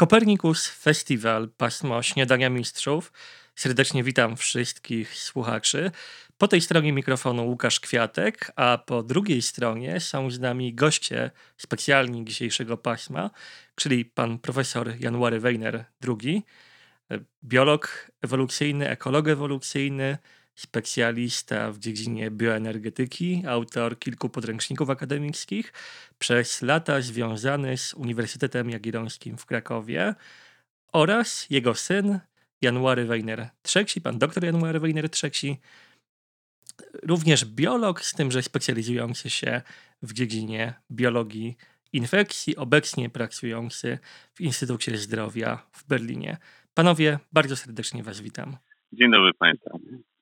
Copernicus Festival, pasmo Śniadania Mistrzów. Serdecznie witam wszystkich słuchaczy. Po tej stronie mikrofonu Łukasz Kwiatek, a po drugiej stronie są z nami goście specjalni dzisiejszego pasma, czyli pan profesor January Weiner II, biolog ewolucyjny, ekolog ewolucyjny, specjalista w dziedzinie bioenergetyki, autor kilku podręczników akademickich, przez lata związany z Uniwersytetem Jagiellońskim w Krakowie, oraz jego syn January Weiner III, pan doktor January Weiner III, również biolog, z tym, że specjalizujący się w dziedzinie biologii infekcji, obecnie pracujący w Instytucie Zdrowia w Berlinie. Panowie, bardzo serdecznie was witam. Dzień dobry Państwu.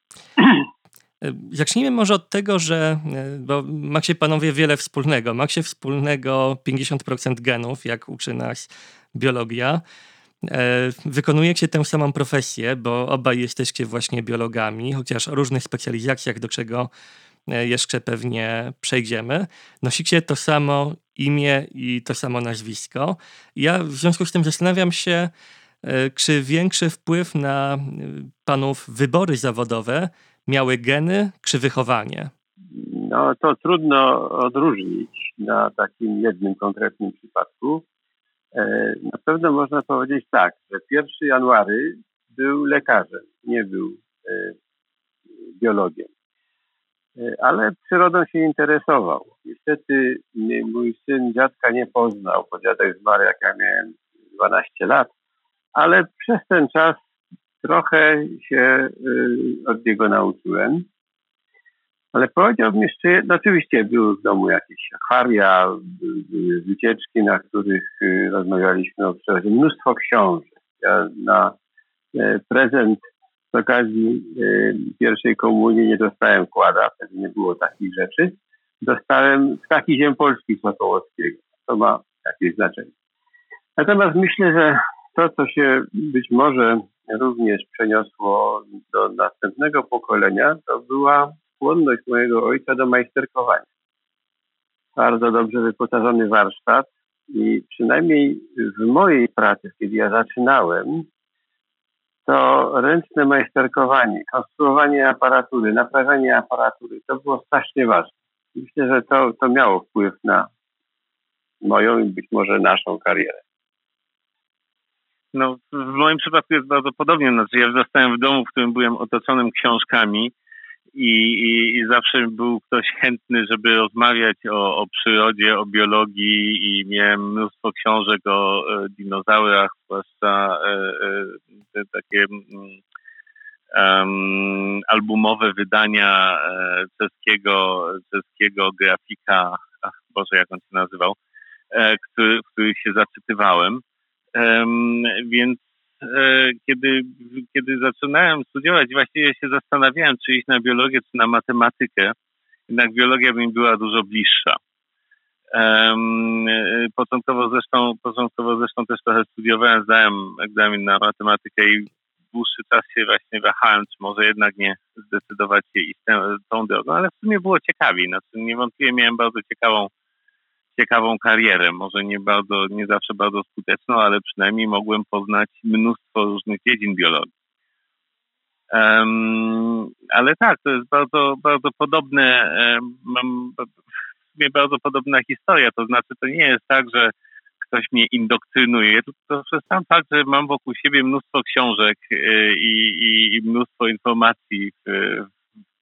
Zacznijmy może od tego, że bo macie panowie wiele wspólnego. Macie wspólnego 50% genów, jak uczy nas biologia. Wykonujecie tę samą profesję, bo obaj jesteście właśnie biologami, chociaż o różnych specjalizacjach, do czego jeszcze pewnie przejdziemy. Nosicie to samo imię i to samo nazwisko. Ja w związku z tym zastanawiam się, czy większy wpływ na panów wybory zawodowe miały geny czy wychowanie? No to trudno odróżnić na takim jednym konkretnym przypadku. Na pewno można powiedzieć tak, że pierwszy January był lekarzem, nie był biologiem. Ale przyrodą się interesował. Niestety mój syn dziadka nie poznał, bo dziadek zmarł jak ja miałem 12 lat, ale przez ten czas trochę się od niego nauczyłem. Ale powiedziałbym jeszcze jedno, oczywiście były w domu jakieś akwaria, były wycieczki, na których rozmawialiśmy o przyrodzie, mnóstwo książek. Ja na prezent z okazji pierwszej komunii nie dostałem kłada, wtedy nie było takich rzeczy. Dostałem Ptaki Ziem Polskich Sokołowskiego. To ma jakieś znaczenie. Natomiast myślę, że to, co się być może również przeniosło do następnego pokolenia, to była skłonność mojego ojca do majsterkowania. Bardzo dobrze wyposażony warsztat i przynajmniej w mojej pracy, kiedy ja zaczynałem, to ręczne majsterkowanie, konstruowanie aparatury, naprawianie aparatury, to było strasznie ważne. Myślę, że to miało wpływ na moją i być może naszą karierę. No, w moim przypadku jest bardzo podobnie. Znaczy, ja zostałem w domu, w którym byłem otoczonym książkami i zawsze był ktoś chętny, żeby rozmawiać o przyrodzie, o biologii i miałem mnóstwo książek o dinozaurach, zwłaszcza te takie albumowe wydania czeskiego grafika, Boże, jak on się nazywał, w których się zaczytywałem. Więc kiedy zaczynałem studiować, właściwie się zastanawiałem, czy iść na biologię, czy na matematykę. Jednak biologia mi była dużo bliższa. Początkowo zresztą też trochę studiowałem, zdałem egzamin na matematykę i dłuższy czas się właśnie wahałem, czy może jednak nie zdecydować się iść tą drogą, ale w sumie było ciekawiej. Znaczy, niewątpliwie miałem bardzo ciekawą karierę, może nie zawsze bardzo skuteczną, ale przynajmniej mogłem poznać mnóstwo różnych dziedzin biologii. Ale tak, to jest bardzo, bardzo podobne, mam w sumie bardzo podobna historia, to znaczy to nie jest tak, że ktoś mnie indoktrynuje, tylko przez sam fakt, że mam wokół siebie mnóstwo książek i mnóstwo informacji w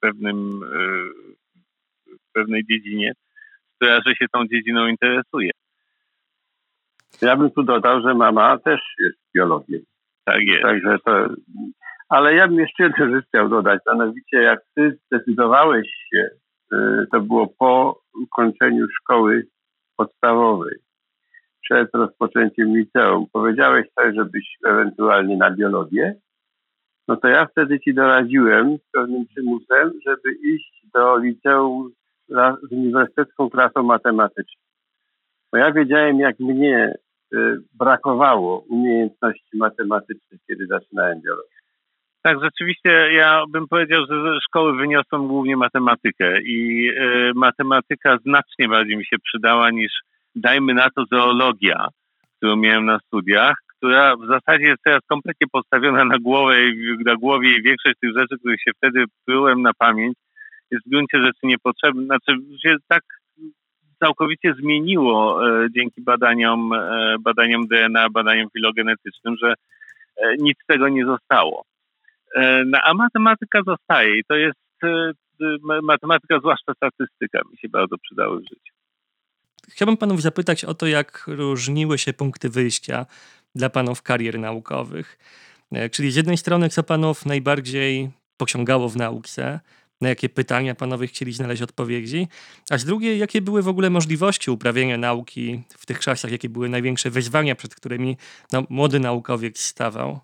pewnej dziedzinie, że się tą dziedziną interesuje. Ja bym tu dodał, że mama też jest biologiem. Tak jest. Także ale ja bym jeszcze jedną rzecz chciał dodać, mianowicie jak ty zdecydowałeś się, to było po ukończeniu szkoły podstawowej, przed rozpoczęciem liceum, powiedziałeś sobie, żebyś ewentualnie na biologię, no to ja wtedy ci doradziłem z pewnym przymusem, żeby iść do liceum z uniwersytecką klasą matematyczną. Bo ja wiedziałem, jak mnie brakowało umiejętności matematycznych, kiedy zaczynałem biologię. Tak, rzeczywiście ja bym powiedział, że ze szkoły wyniosłem głównie matematykę i matematyka znacznie bardziej mi się przydała niż, dajmy na to, zoologia, którą miałem na studiach, która w zasadzie jest teraz kompletnie postawiona na głowie i większość tych rzeczy, których się wtedy byłem na pamięć, jest w gruncie rzeczy niepotrzebna. Znaczy się tak całkowicie zmieniło dzięki badaniom DNA, badaniom filogenetycznym, że nic z tego nie zostało. A matematyka zostaje i to jest matematyka, zwłaszcza statystyka, mi się bardzo przydały w życiu. Chciałbym panów zapytać o to, jak różniły się punkty wyjścia dla panów karier naukowych. Czyli z jednej strony, co panów najbardziej pociągało w nauce, na jakie pytania panowie chcieli znaleźć odpowiedzi, a z drugiej, jakie były w ogóle możliwości uprawiania nauki w tych czasach, jakie były największe wyzwania, przed którymi młody naukowiec stawał?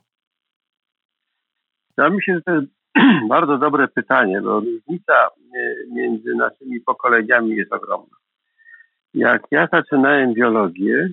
Ja myślę, że to jest bardzo dobre pytanie, bo różnica między naszymi pokoleniami jest ogromna. Jak ja zaczynałem biologię,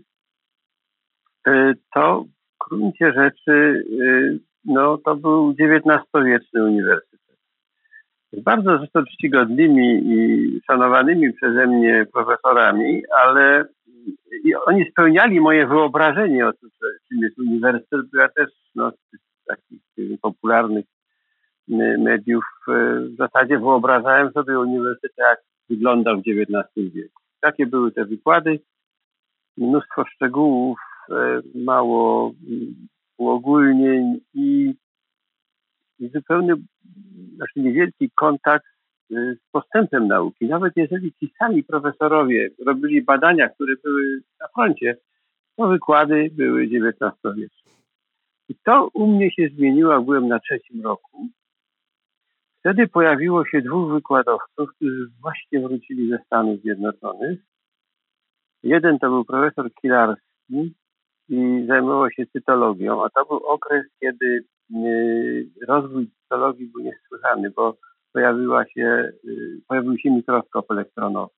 to w gruncie rzeczy to był XIX-wieczny uniwersytet. Z bardzo zresztą czcigodnymi i szanowanymi przeze mnie profesorami, ale oni spełniali moje wyobrażenie o tym, czym jest uniwersytet, bo ja też z takich popularnych mediów w zasadzie wyobrażałem sobie uniwersytet, jak wyglądał w XIX wieku. Takie były te wykłady, mnóstwo szczegółów, mało uogólnień i zupełnie niewielki kontakt z postępem nauki. Nawet jeżeli ci sami profesorowie robili badania, które były na froncie, to wykłady były XIX-wieczne. I to u mnie się zmieniło, jak byłem na 3. roku. Wtedy pojawiło się 2 wykładowców, którzy właśnie wrócili ze Stanów Zjednoczonych. Jeden to był profesor Kilarski i zajmował się cytologią, a to był okres, kiedy rozwój cytologii był niesłychany, bo pojawił się mikroskop elektronowy.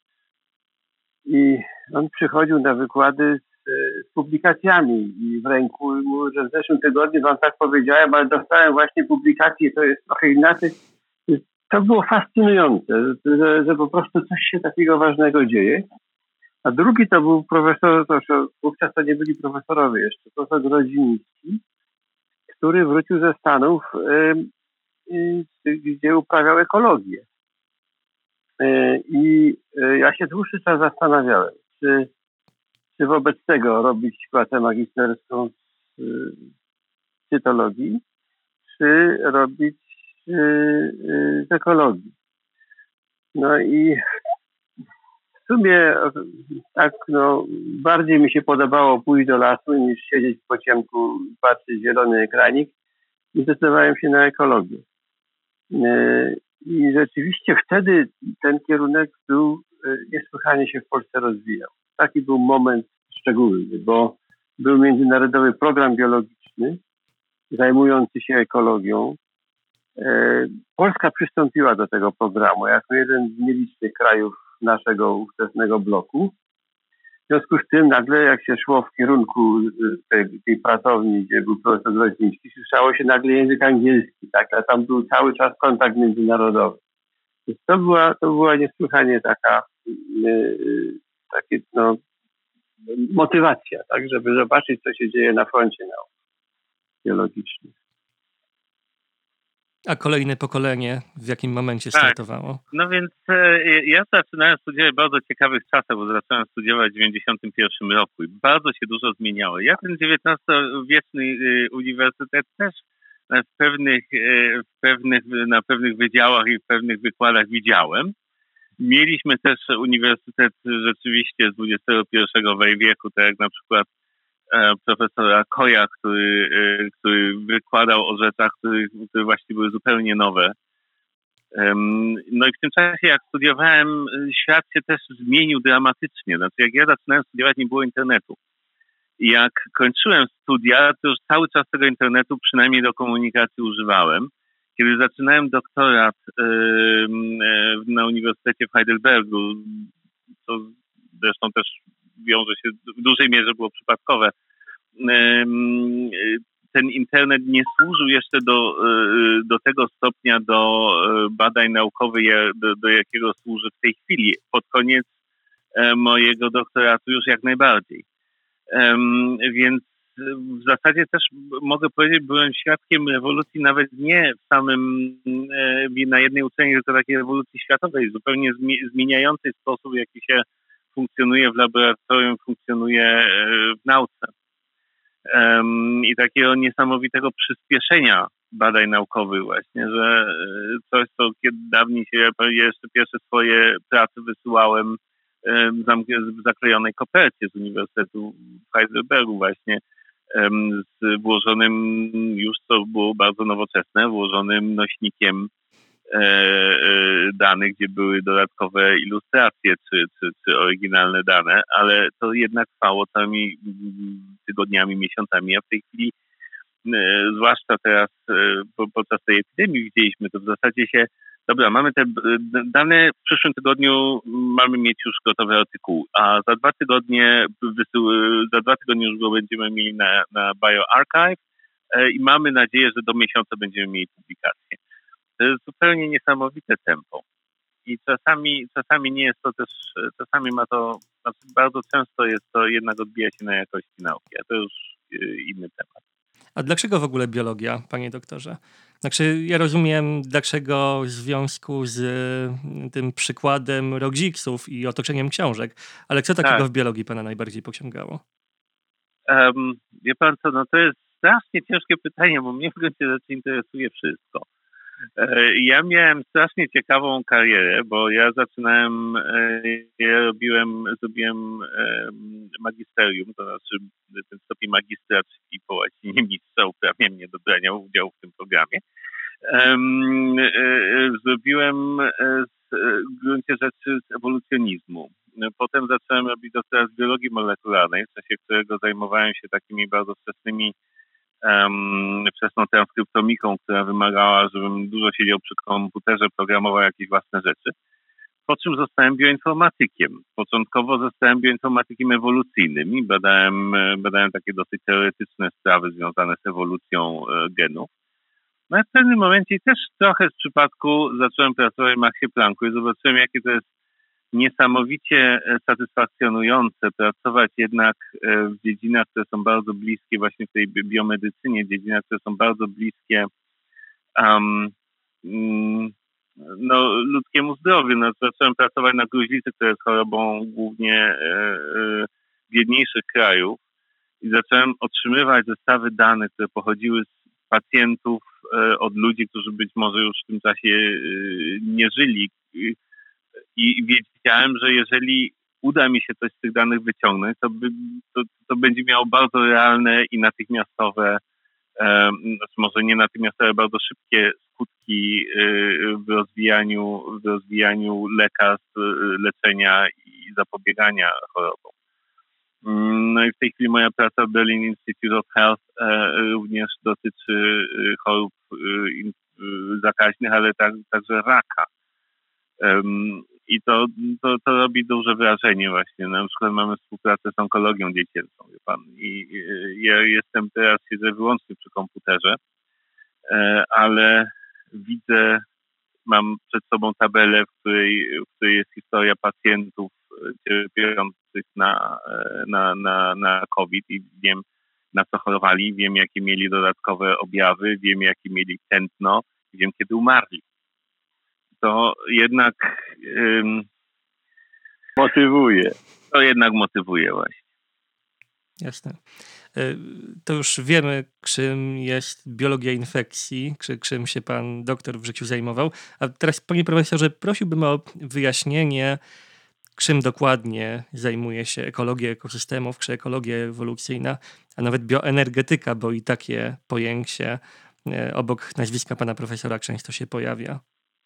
I on przychodził na wykłady z publikacjami i w ręku mówił, że w zeszłym tygodniu wam tak powiedziałem, ale dostałem właśnie publikację, to jest trochę inaczej. To było fascynujące, że po prostu coś się takiego ważnego dzieje. A drugi to był profesor, wówczas to nie byli profesorowie jeszcze, profesor Grodziński, który wrócił ze Stanów, gdzie uprawiał ekologię. I ja się dłuższy czas zastanawiałem, czy wobec tego robić pracę magisterską z cytologii, czy robić z ekologii. No i w sumie tak bardziej mi się podobało pójść do lasu niż siedzieć w pociemku i patrzeć w zielony ekranik i zdecydowałem się na ekologię. I rzeczywiście wtedy ten kierunek był niesłychanie się w Polsce rozwijał. Taki był moment szczególny, bo był międzynarodowy program biologiczny zajmujący się ekologią. Polska przystąpiła do tego programu jako jeden z nielicznych krajów naszego ówczesnego bloku. W związku z tym nagle, jak się szło w kierunku tej pracowni, gdzie był profesor Grodziński, słyszało się nagle język angielski, tak? A tam był cały czas kontakt międzynarodowy. Więc to była niesłychanie motywacja, tak? Żeby zobaczyć, co się dzieje na froncie nauk biologicznych. A kolejne pokolenie w jakim momencie startowało? No więc ja zaczynałem studiować w bardzo ciekawych czasach, bo zacząłem studiować w 1991 roku i bardzo się dużo zmieniało. Ja ten XIX-wieczny uniwersytet też na pewnych wydziałach i w pewnych wykładach widziałem. Mieliśmy też uniwersytet rzeczywiście z XXI wieku, tak jak na przykład profesora Koja, który wykładał o rzeczach, które właśnie były zupełnie nowe. No i w tym czasie, jak studiowałem, świat się też zmienił dramatycznie. Znaczy, jak ja zaczynałem studiować, nie było internetu. I jak kończyłem studia, to już cały czas tego internetu przynajmniej do komunikacji używałem. Kiedy zaczynałem doktorat na Uniwersytecie w Heidelbergu, co zresztą też wiąże się w dużej mierze było przypadkowe, ten internet nie służył jeszcze do tego stopnia do badań naukowych, do jakiego służy w tej chwili. Pod koniec mojego doktoratu już jak najbardziej. Więc w zasadzie też mogę powiedzieć, byłem świadkiem rewolucji nawet nie w samym, na jednej uczelni, tylko takiej rewolucji światowej, zupełnie zmieniającej sposób, w jaki się funkcjonuje w laboratorium, funkcjonuje w nauce. I takiego niesamowitego przyspieszenia badań naukowych właśnie, że coś, co kiedy dawniej ja jeszcze pierwsze swoje prace wysyłałem w zaklejonej kopercie z Uniwersytetu w Heidelbergu właśnie, z włożonym już, co było bardzo nowoczesne, włożonym nośnikiem danych, gdzie były dodatkowe ilustracje czy oryginalne dane, ale to jednak trwało całymi tygodniami, miesiącami, a w tej chwili, zwłaszcza teraz podczas tej epidemii widzieliśmy, to w zasadzie dobra, mamy te dane, w przyszłym tygodniu mamy mieć już gotowy artykuł, a za 2 tygodnie już go będziemy mieli na bioRxiv i mamy nadzieję, że do miesiąca będziemy mieli publikację. To jest zupełnie niesamowite tempo. I czasami nie jest to też, czasami ma to, znaczy bardzo często jest to jednak odbija się na jakości nauki, a to już inny temat. A dlaczego w ogóle biologia, panie doktorze? Znaczy, ja rozumiem, dlaczego w związku z tym przykładem rodzicsów i otoczeniem książek, ale co takiego w biologii pana najbardziej pociągało? Wie pan co, no to jest strasznie ciężkie pytanie, bo mnie w gruncie rzeczy interesuje wszystko. Ja miałem strasznie ciekawą karierę, bo ja zrobiłem magisterium, to znaczy ten stopień magistra, czyli po łacinie mistrza, uprawnia mnie do brania udziału w tym programie. Zrobiłem w gruncie rzeczy z ewolucjonizmu. Potem zacząłem robić doktorat z biologii molekularnej, w czasie którego zajmowałem się takimi bardzo wczesnymi wczesną transkryptomiką, która wymagała, żebym dużo siedział przy komputerze, programował jakieś własne rzeczy. Po czym zostałem bioinformatykiem. Początkowo zostałem bioinformatykiem ewolucyjnym i badałem takie dosyć teoretyczne sprawy związane z ewolucją genów. No i w pewnym momencie też trochę z przypadku zacząłem pracować w Maxie Plancku i zobaczyłem, jakie to jest niesamowicie satysfakcjonujące pracować jednak w dziedzinach, które są bardzo bliskie właśnie w tej biomedycynie, dziedzinach, które są bardzo bliskie ludzkiemu zdrowiu. No, zacząłem pracować na gruźlicy, która jest chorobą głównie biedniejszych krajów i zacząłem otrzymywać zestawy danych, które pochodziły z pacjentów, od ludzi, którzy być może już w tym czasie nie żyli. I wiedziałem, że jeżeli uda mi się coś z tych danych wyciągnąć, to będzie miało bardzo realne i natychmiastowe, może nie natychmiastowe, bardzo szybkie skutki w rozwijaniu lekarstw, leczenia i zapobiegania chorobom. No i w tej chwili moja praca w Berlin Institute of Health również dotyczy chorób zakaźnych, ale także raka. I to robi duże wrażenie właśnie. Na przykład mamy współpracę z onkologią dziecięcą, wie pan. I ja siedzę wyłącznie przy komputerze, ale mam przed sobą tabelę, w której jest historia pacjentów cierpiących na COVID i wiem, na co chorowali, wiem, jakie mieli dodatkowe objawy, wiem, jakie mieli tętno, wiem, kiedy umarli. To jednak motywuje. To jednak motywuje właśnie. Jasne. To już wiemy, czym jest biologia infekcji, czym się pan doktor w życiu zajmował. A teraz, panie profesorze, prosiłbym o wyjaśnienie, czym dokładnie zajmuje się ekologia ekosystemów, czy ekologia ewolucyjna, a nawet bioenergetyka, bo i takie pojęcie obok nazwiska pana profesora często się pojawia.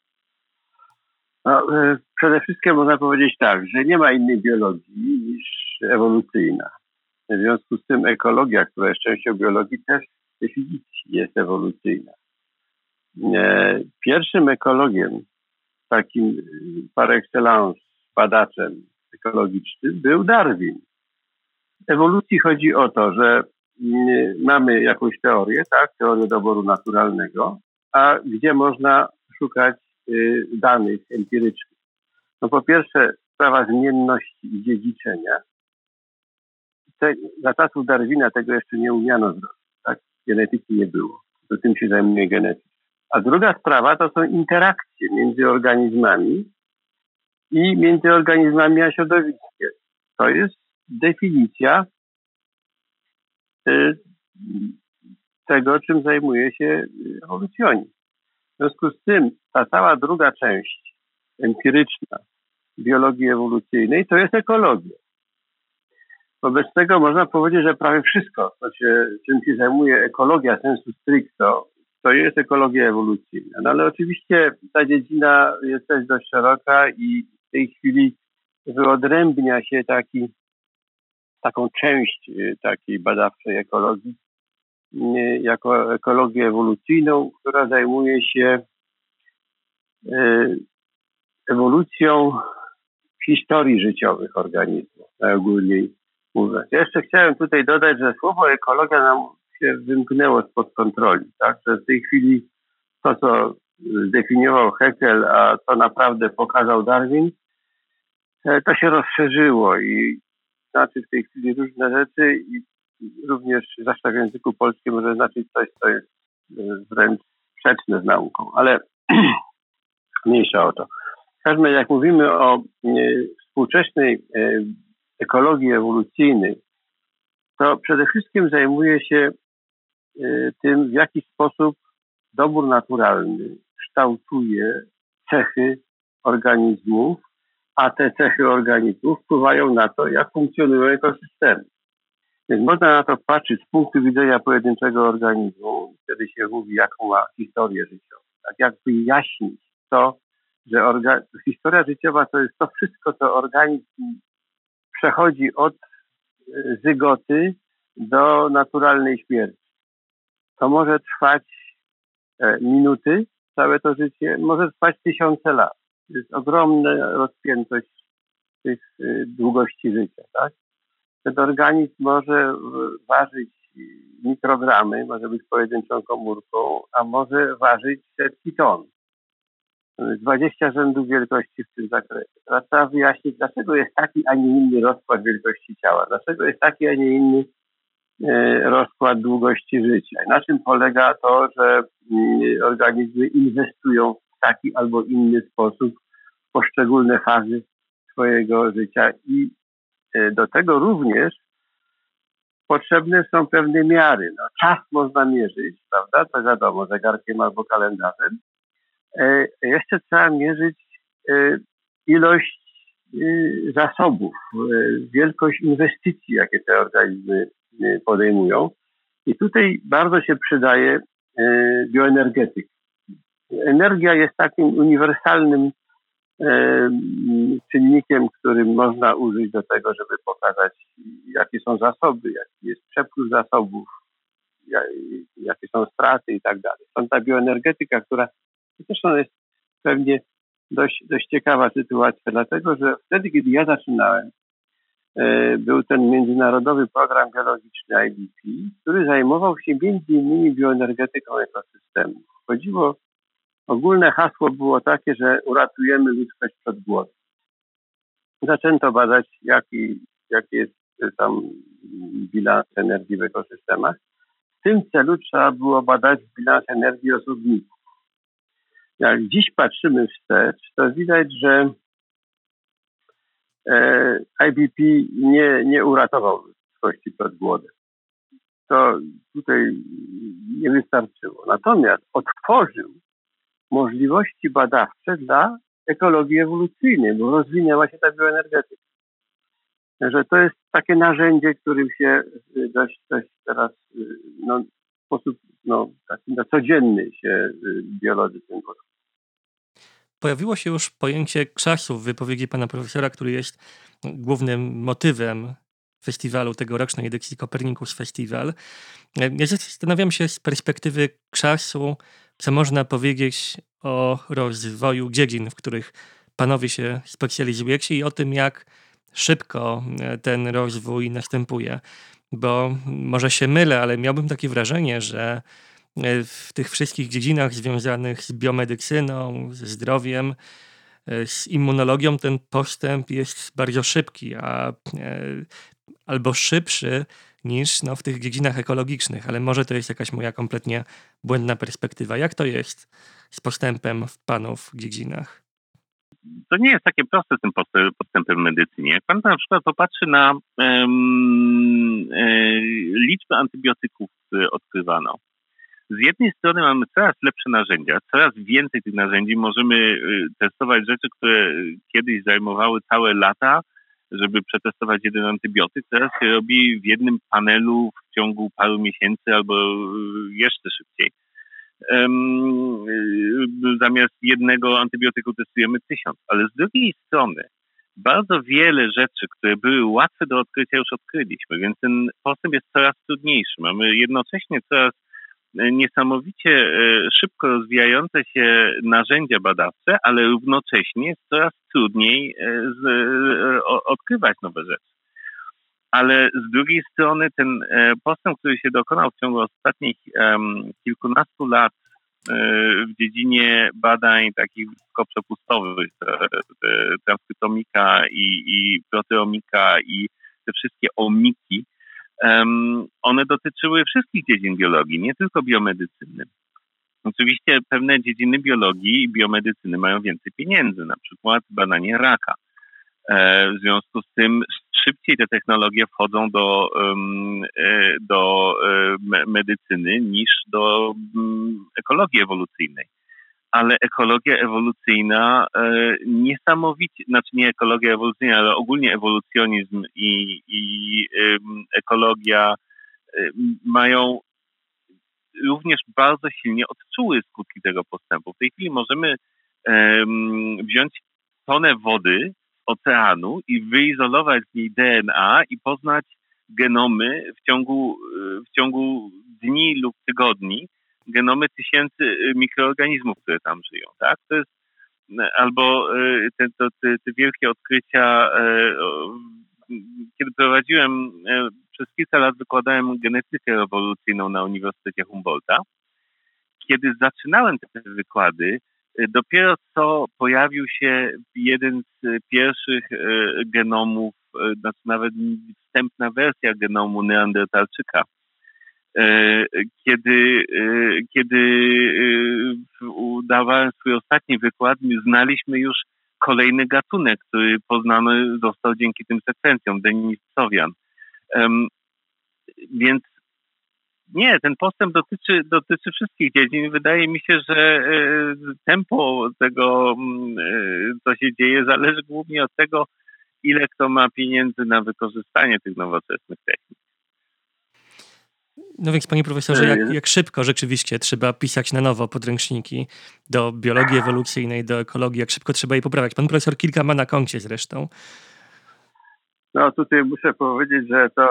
No, przede wszystkim można powiedzieć tak, że nie ma innej biologii niż ewolucyjna. W związku z tym ekologia, która jest częścią biologii, też z definicji jest ewolucyjna. Pierwszym ekologiem, takim par excellence badaczem ekologicznym był Darwin. W ewolucji chodzi o to, że mamy jakąś teorię, teorię doboru naturalnego, a gdzie można szukać danych empirycznych. No po pierwsze sprawa zmienności i dziedziczenia. za czasów Darwina tego jeszcze nie umiano zrobić. Tak? Genetyki nie było. To tym się zajmuje genetyka. A druga sprawa to są interakcje między organizmami i między organizmami a środowiskiem. To jest definicja tego, czym zajmuje się ewolucjonizm. W związku z tym ta cała druga część empiryczna biologii ewolucyjnej to jest ekologia. Wobec tego można powiedzieć, że prawie wszystko, czym się zajmuje ekologia sensu stricto, to jest ekologia ewolucyjna. No ale oczywiście ta dziedzina jest też dość szeroka i w tej chwili wyodrębnia się taką część takiej badawczej ekologii jako ekologię ewolucyjną, która zajmuje się ewolucją historii życiowych organizmów, najogólniej mówiąc. Ja jeszcze chciałem tutaj dodać, że słowo ekologia nam się wymknęło spod kontroli, tak? Że w tej chwili to, co zdefiniował Haeckel, a co naprawdę pokazał Darwin, to się rozszerzyło i znaczy w tej chwili różne rzeczy i również, zwłaszcza w języku polskim, może znaczyć coś, co jest wręcz sprzeczne z nauką, ale mniejsza o to. W każdym razie, jak mówimy o współczesnej ekologii ewolucyjnej, to przede wszystkim zajmuje się tym, w jaki sposób dobór naturalny kształtuje cechy organizmów, a te cechy organizmów wpływają na to, jak funkcjonują ekosystemy. Więc można na to patrzeć z punktu widzenia pojedynczego organizmu, wtedy się mówi, jaką ma historię życiową. Tak jak wyjaśnić to, że historia życiowa to jest to wszystko, co organizm przechodzi od zygoty do naturalnej śmierci. To może trwać minuty, całe to życie, może trwać tysiące lat. To jest ogromna rozpiętość tych długości życia, tak? Ten organizm może ważyć mikrogramy, może być pojedynczą komórką, a może ważyć setki ton. 20 rzędów wielkości w tym zakresie. Teraz trzeba wyjaśnić, dlaczego jest taki, a nie inny rozkład wielkości ciała, dlaczego jest taki, a nie inny rozkład długości życia. I na czym polega to, że organizmy inwestują w taki albo inny sposób w poszczególne fazy swojego życia i do tego również potrzebne są pewne miary. No, czas można mierzyć, prawda? To wiadomo, zegarkiem albo kalendarzem. Jeszcze trzeba mierzyć ilość zasobów, wielkość inwestycji, jakie te organizmy podejmują. I tutaj bardzo się przydaje bioenergetyka. Energia jest takim uniwersalnym czynnikiem, którym można użyć do tego, żeby pokazać, jakie są zasoby, jaki jest przepływ zasobów, jakie są straty i tak dalej. Stąd ta bioenergetyka, która zresztą jest pewnie dość ciekawa sytuacja, dlatego że wtedy, kiedy ja zaczynałem, był ten międzynarodowy program biologiczny IBP, który zajmował się między innymi bioenergetyką ekosystemów. Ogólne hasło było takie, że uratujemy ludzkość przed głodem. Zaczęto badać, jaki jest tam bilans energii w ekosystemach. W tym celu trzeba było badać bilans energii osobników. Jak dziś patrzymy wstecz, to widać, że IBP nie uratował ludzkości przed głodem. To tutaj nie wystarczyło. Natomiast otworzył możliwości badawcze dla ekologii ewolucyjnej, bo rozwinęła się ta bioenergetyka. Także to jest takie narzędzie, którym się dość teraz w sposób taki codzienny się biolodzy tym podchodzą. Pojawiło się już pojęcie czasu w wypowiedzi pana profesora, który jest głównym motywem festiwalu, tegorocznej edycji Copernicus Festival. Ja zastanawiam się z perspektywy czasu, co można powiedzieć o rozwoju dziedzin, w których panowie się specjalizujecie i o tym, jak szybko ten rozwój następuje. Bo może się mylę, ale miałbym takie wrażenie, że w tych wszystkich dziedzinach związanych z biomedycyną, ze zdrowiem, z immunologią ten postęp jest bardzo szybki, a albo szybszy niż w tych dziedzinach ekologicznych, ale może to jest jakaś moja kompletnie błędna perspektywa. Jak to jest z postępem w panów dziedzinach? To nie jest takie proste z tym postępem w medycynie. Jak pan na przykład popatrzy na liczbę antybiotyków, które odkrywano. Z jednej strony mamy coraz lepsze narzędzia, coraz więcej tych narzędzi. Możemy testować rzeczy, które kiedyś zajmowały całe lata, żeby przetestować jeden antybiotyk. Teraz się robi w jednym panelu w ciągu paru miesięcy albo jeszcze szybciej. Zamiast jednego antybiotyku testujemy 1000. Ale z drugiej strony bardzo wiele rzeczy, które były łatwe do odkrycia, już odkryliśmy, więc ten postęp jest coraz trudniejszy. Mamy jednocześnie coraz niesamowicie szybko rozwijające się narzędzia badawcze, ale równocześnie jest coraz trudniej odkrywać nowe rzeczy. Ale z drugiej strony ten postęp, który się dokonał w ciągu ostatnich kilkunastu lat w dziedzinie badań takich wysokoprzepustkowych, transkryptomika i proteomika i te wszystkie omiki, one dotyczyły wszystkich dziedzin biologii, nie tylko biomedycyny. Oczywiście pewne dziedziny biologii i biomedycyny mają więcej pieniędzy, na przykład badanie raka. W związku z tym szybciej te technologie wchodzą do medycyny niż do ekologii ewolucyjnej. Ale ekologia ewolucyjna niesamowicie, znaczy nie ekologia ewolucyjna, ale ogólnie ewolucjonizm i ekologia mają również bardzo silnie odczuły skutki tego postępu. W tej chwili możemy wziąć tonę wody z oceanu i wyizolować z niej DNA i poznać genomy w ciągu dni lub tygodni, genomy tysięcy mikroorganizmów, które tam żyją, tak? To jest albo te wielkie odkrycia, kiedy prowadziłem, przez kilka lat wykładałem genetykę ewolucyjną na Uniwersytecie Humboldta. Kiedy zaczynałem te wykłady, dopiero co pojawił się jeden z pierwszych genomów, znaczy nawet wstępna wersja genomu Neandertalczyka. Kiedy dawałem swój ostatni wykład, znaliśmy już kolejny gatunek, który poznany został dzięki tym sekwencjom, Denisowian. Więc nie, ten postęp dotyczy wszystkich dziedzin. Wydaje mi się, że tempo tego, co się dzieje, zależy głównie od tego, ile kto ma pieniędzy na wykorzystanie tych nowoczesnych technik. No więc, panie profesorze, jak szybko rzeczywiście trzeba pisać na nowo podręczniki do biologii ewolucyjnej, do ekologii, jak szybko trzeba je poprawiać. Pan profesor kilka ma na koncie zresztą. No tutaj muszę powiedzieć, że to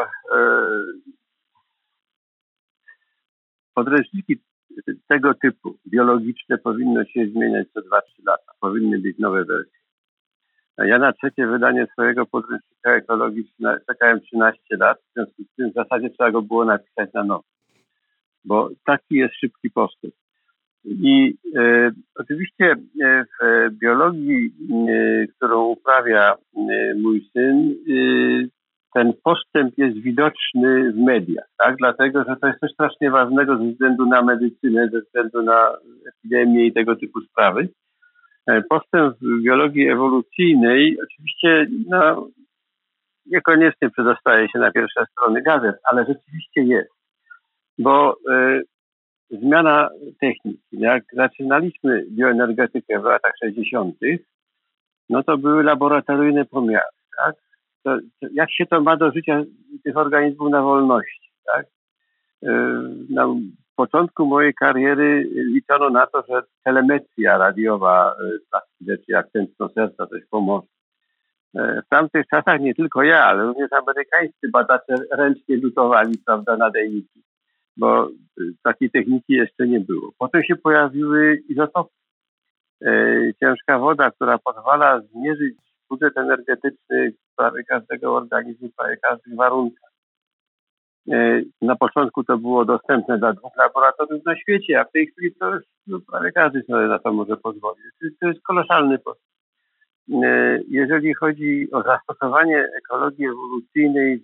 podręczniki tego typu biologiczne powinno się zmieniać co 2-3 lata. Powinny być nowe wersje. Ja na trzecie wydanie swojego podręcznika ekologicznego czekałem 13 lat, w związku z tym w zasadzie trzeba go było napisać na nowo, bo taki jest szybki postęp. I oczywiście w biologii, którą uprawia mój syn, ten postęp jest widoczny w mediach, tak? Dlatego, że to jest coś strasznie ważnego ze względu na medycynę, ze względu na epidemię i tego typu sprawy. Postęp w biologii ewolucyjnej oczywiście niekoniecznie przedostaje się na pierwsze strony gazet, ale rzeczywiście jest, bo zmiana techniki. Jak zaczynaliśmy bioenergetykę w latach 60., no to były laboratoryjne pomiary, tak? Jak się to ma do życia tych organizmów na wolności, tak? Na początku mojej kariery liczono na to, że telemetria radiowa takich rzeczy jak tętno serca coś pomoże. W tamtych czasach nie tylko ja, ale również amerykańscy badacze ręcznie lutowali, prawda, nadajniki, bo takiej techniki jeszcze nie było. Potem się pojawiły izotopy. Ciężka woda, która pozwala zmierzyć budżet energetyczny prawie każdego organizmu, prawie każdych warunkach. Na początku to było dostępne dla 2 laboratoriów na świecie, a w tej chwili to już prawie każdy sobie na to może pozwolić. To jest kolosalny postęp. Jeżeli chodzi o zastosowanie ekologii ewolucyjnej,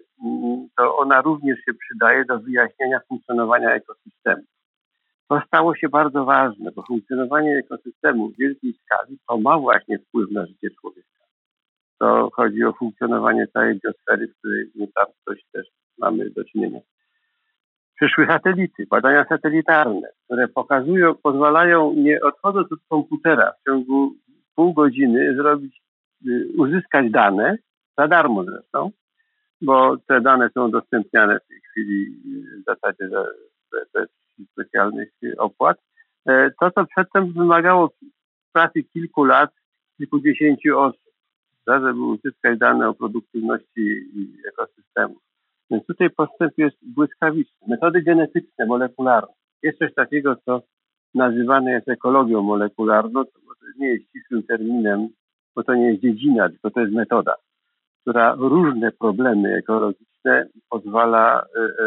to ona również się przydaje do wyjaśnienia funkcjonowania ekosystemu. To stało się bardzo ważne, bo funkcjonowanie ekosystemu w wielkiej skali to ma właśnie wpływ na życie człowieka. To chodzi o funkcjonowanie całej biosfery, w której my tam coś też mamy do czynienia. Przyszły satelity, badania satelitarne, które pozwalają, nie odchodząc od komputera, w ciągu pół godziny uzyskać dane, za darmo zresztą, bo te dane są udostępniane w tej chwili w zasadzie bez specjalnych opłat. To, co przedtem wymagało pracy kilku lat, kilkudziesięciu osób, żeby uzyskać dane o produktywności ekosystemu. Więc tutaj postęp jest błyskawiczny. Metody genetyczne, molekularne. Jest coś takiego, co nazywane jest ekologią molekularną, to nie jest ścisłym terminem, bo to nie jest dziedzina, tylko to jest metoda, która różne problemy ekologiczne pozwala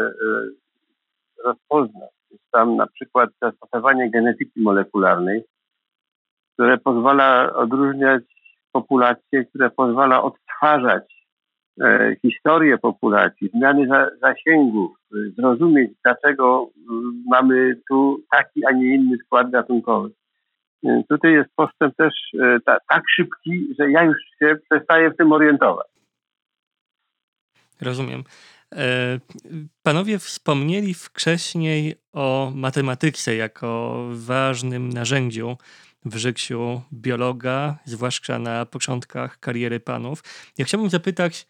rozpoznać. Jest tam na przykład zastosowanie genetyki molekularnej, które pozwala odróżniać populacje, które pozwala odtwarzać historię populacji, zmiany zasięgów, zrozumieć, dlaczego mamy tu taki, a nie inny skład gatunkowy. Tutaj jest postęp też tak szybki, że ja już się przestaję w tym orientować. Rozumiem. Panowie wspomnieli wcześniej o matematyce jako ważnym narzędziu w życiu biologa, zwłaszcza na początkach kariery panów. Ja chciałbym zapytać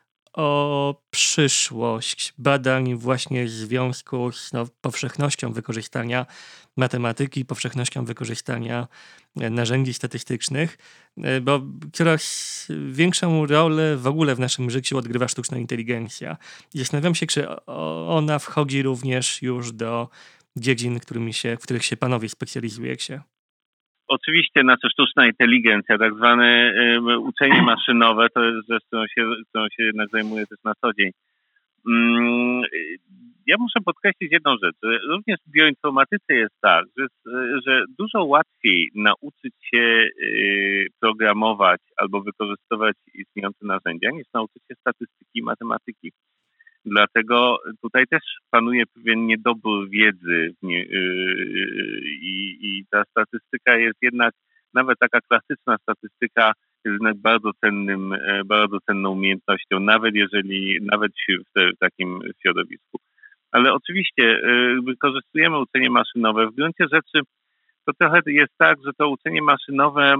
o przyszłość badań właśnie w związku z powszechnością wykorzystania matematyki, powszechnością wykorzystania narzędzi statystycznych, bo coraz większą rolę w ogóle w naszym życiu odgrywa sztuczna inteligencja. I zastanawiam się, czy ona wchodzi również już do dziedzin, w których się panowie specjalizujecie. Oczywiście, sztuczna inteligencja, tak zwane uczenie maszynowe, to jest rzecz, którą się jednak zajmuję też na co dzień. Ja muszę podkreślić jedną rzecz. Również w bioinformatyce jest tak, że dużo łatwiej nauczyć się programować albo wykorzystywać istniejące narzędzia, niż nauczyć się statystyki i matematyki. Dlatego tutaj też panuje pewien niedobór wiedzy i ta statystyka jest jednak, nawet taka klasyczna statystyka jest jednak bardzo cenną umiejętnością, nawet w takim środowisku. Ale oczywiście wykorzystujemy uczenie maszynowe. W gruncie rzeczy to trochę jest tak, że to uczenie maszynowe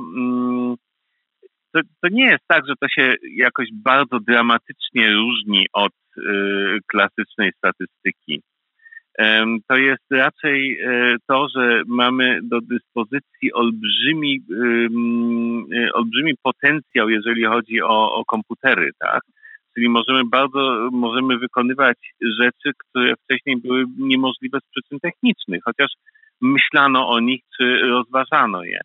to nie jest tak, że to się jakoś bardzo dramatycznie różni od klasycznej statystyki. To jest raczej to, że mamy do dyspozycji olbrzymi potencjał, jeżeli chodzi o komputery, tak? Czyli możemy wykonywać rzeczy, które wcześniej były niemożliwe z przyczyn technicznych, chociaż myślano o nich, czy rozważano je.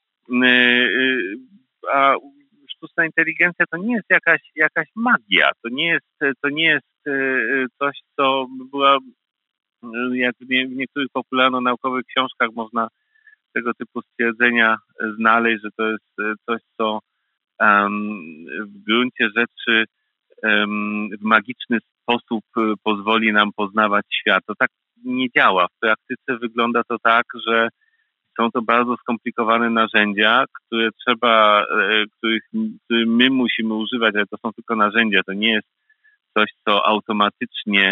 A sztuczna inteligencja to nie jest jakaś magia, to nie jest coś, co była, jak w niektórych popularno-naukowych książkach można tego typu stwierdzenia znaleźć, że to jest coś, co w gruncie rzeczy w magiczny sposób pozwoli nam poznawać świat. To tak nie działa. W praktyce wygląda to tak, że są to bardzo skomplikowane narzędzia, których my musimy używać, ale to są tylko narzędzia. To nie jest coś, co automatycznie,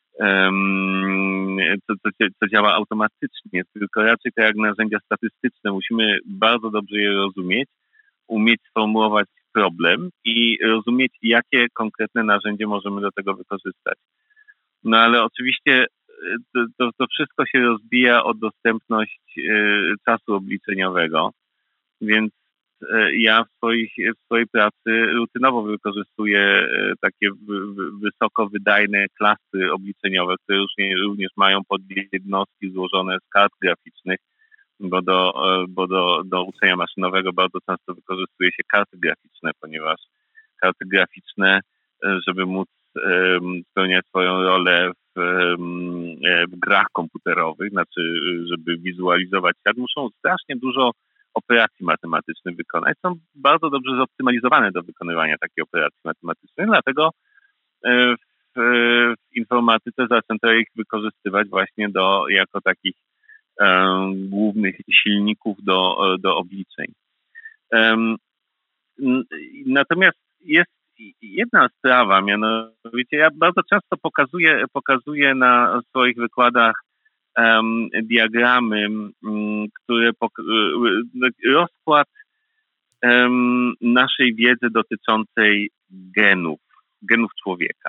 co działa automatycznie, tylko raczej tak jak narzędzia statystyczne. Musimy bardzo dobrze je rozumieć, umieć sformułować problem i rozumieć, jakie konkretne narzędzie możemy do tego wykorzystać. No ale oczywiście to wszystko się rozbija o dostępność czasu obliczeniowego, więc ja w swojej pracy rutynowo wykorzystuję takie wysoko wydajne klasy obliczeniowe, które również mają podjednostki złożone z kart graficznych, bo do uczenia maszynowego bardzo często wykorzystuje się karty graficzne, ponieważ karty graficzne, żeby móc spełniać swoją rolę w grach komputerowych, znaczy żeby wizualizować świat, muszą strasznie dużo operacji matematycznych wykonać. Są bardzo dobrze zoptymalizowane do wykonywania takiej operacji matematycznej, dlatego w informatyce zaczęto ich wykorzystywać właśnie jako takich głównych silników do obliczeń. Natomiast jest jedna sprawa, mianowicie ja bardzo często pokazuję na swoich wykładach diagramy, które rozkład naszej wiedzy dotyczącej genów człowieka.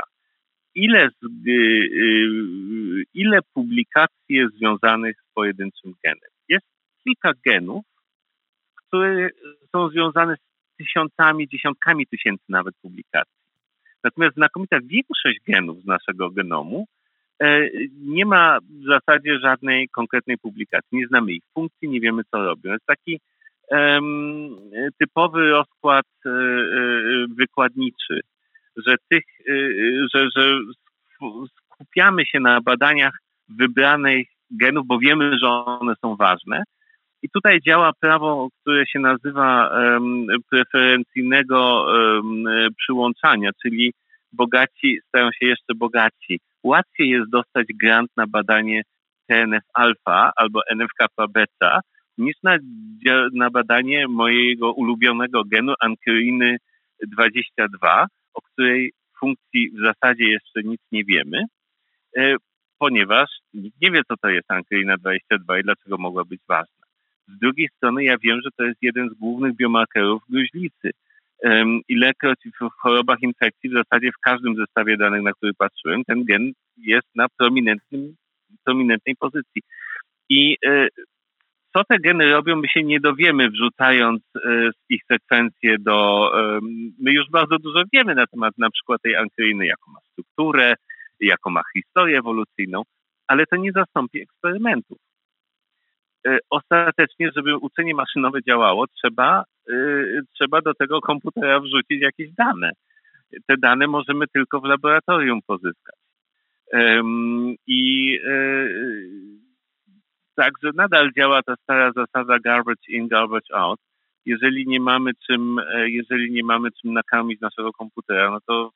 Ile publikacji jest związanych z pojedynczym genem? Jest kilka genów, które są związane z tysiącami, dziesiątkami tysięcy nawet publikacji. Natomiast znakomita większość genów z naszego genomu nie ma w zasadzie żadnej konkretnej publikacji. Nie znamy ich funkcji, nie wiemy, co robią. Jest taki typowy rozkład wykładniczy, że skupiamy się na badaniach wybranych genów, bo wiemy, że one są ważne. I tutaj działa prawo, które się nazywa preferencyjnego przyłączania, czyli bogaci stają się jeszcze bogatsi. Łatwiej jest dostać grant na badanie TNF-alfa albo NF-kappa-beta niż na badanie mojego ulubionego genu ankyliny 22, o której funkcji w zasadzie jeszcze nic nie wiemy, ponieważ nikt nie wie, co to jest ankylina 22 i dlaczego mogła być ważna. Z drugiej strony ja wiem, że to jest jeden z głównych biomarkerów gruźlicy. Ilekroć w chorobach infekcji w zasadzie w każdym zestawie danych, na który patrzyłem, ten gen jest na prominentnej pozycji. I co te geny robią, my się nie dowiemy, wrzucając ich sekwencję my już bardzo dużo wiemy na temat na przykład tej ankyliny, jaką ma strukturę, jaką ma historię ewolucyjną, ale to nie zastąpi eksperymentów. Ostatecznie, żeby uczenie maszynowe działało, trzeba do tego komputera wrzucić jakieś dane. Te dane możemy tylko w laboratorium pozyskać. Także nadal działa ta stara zasada garbage in, garbage out. Jeżeli nie mamy czym nakarmić naszego komputera, no to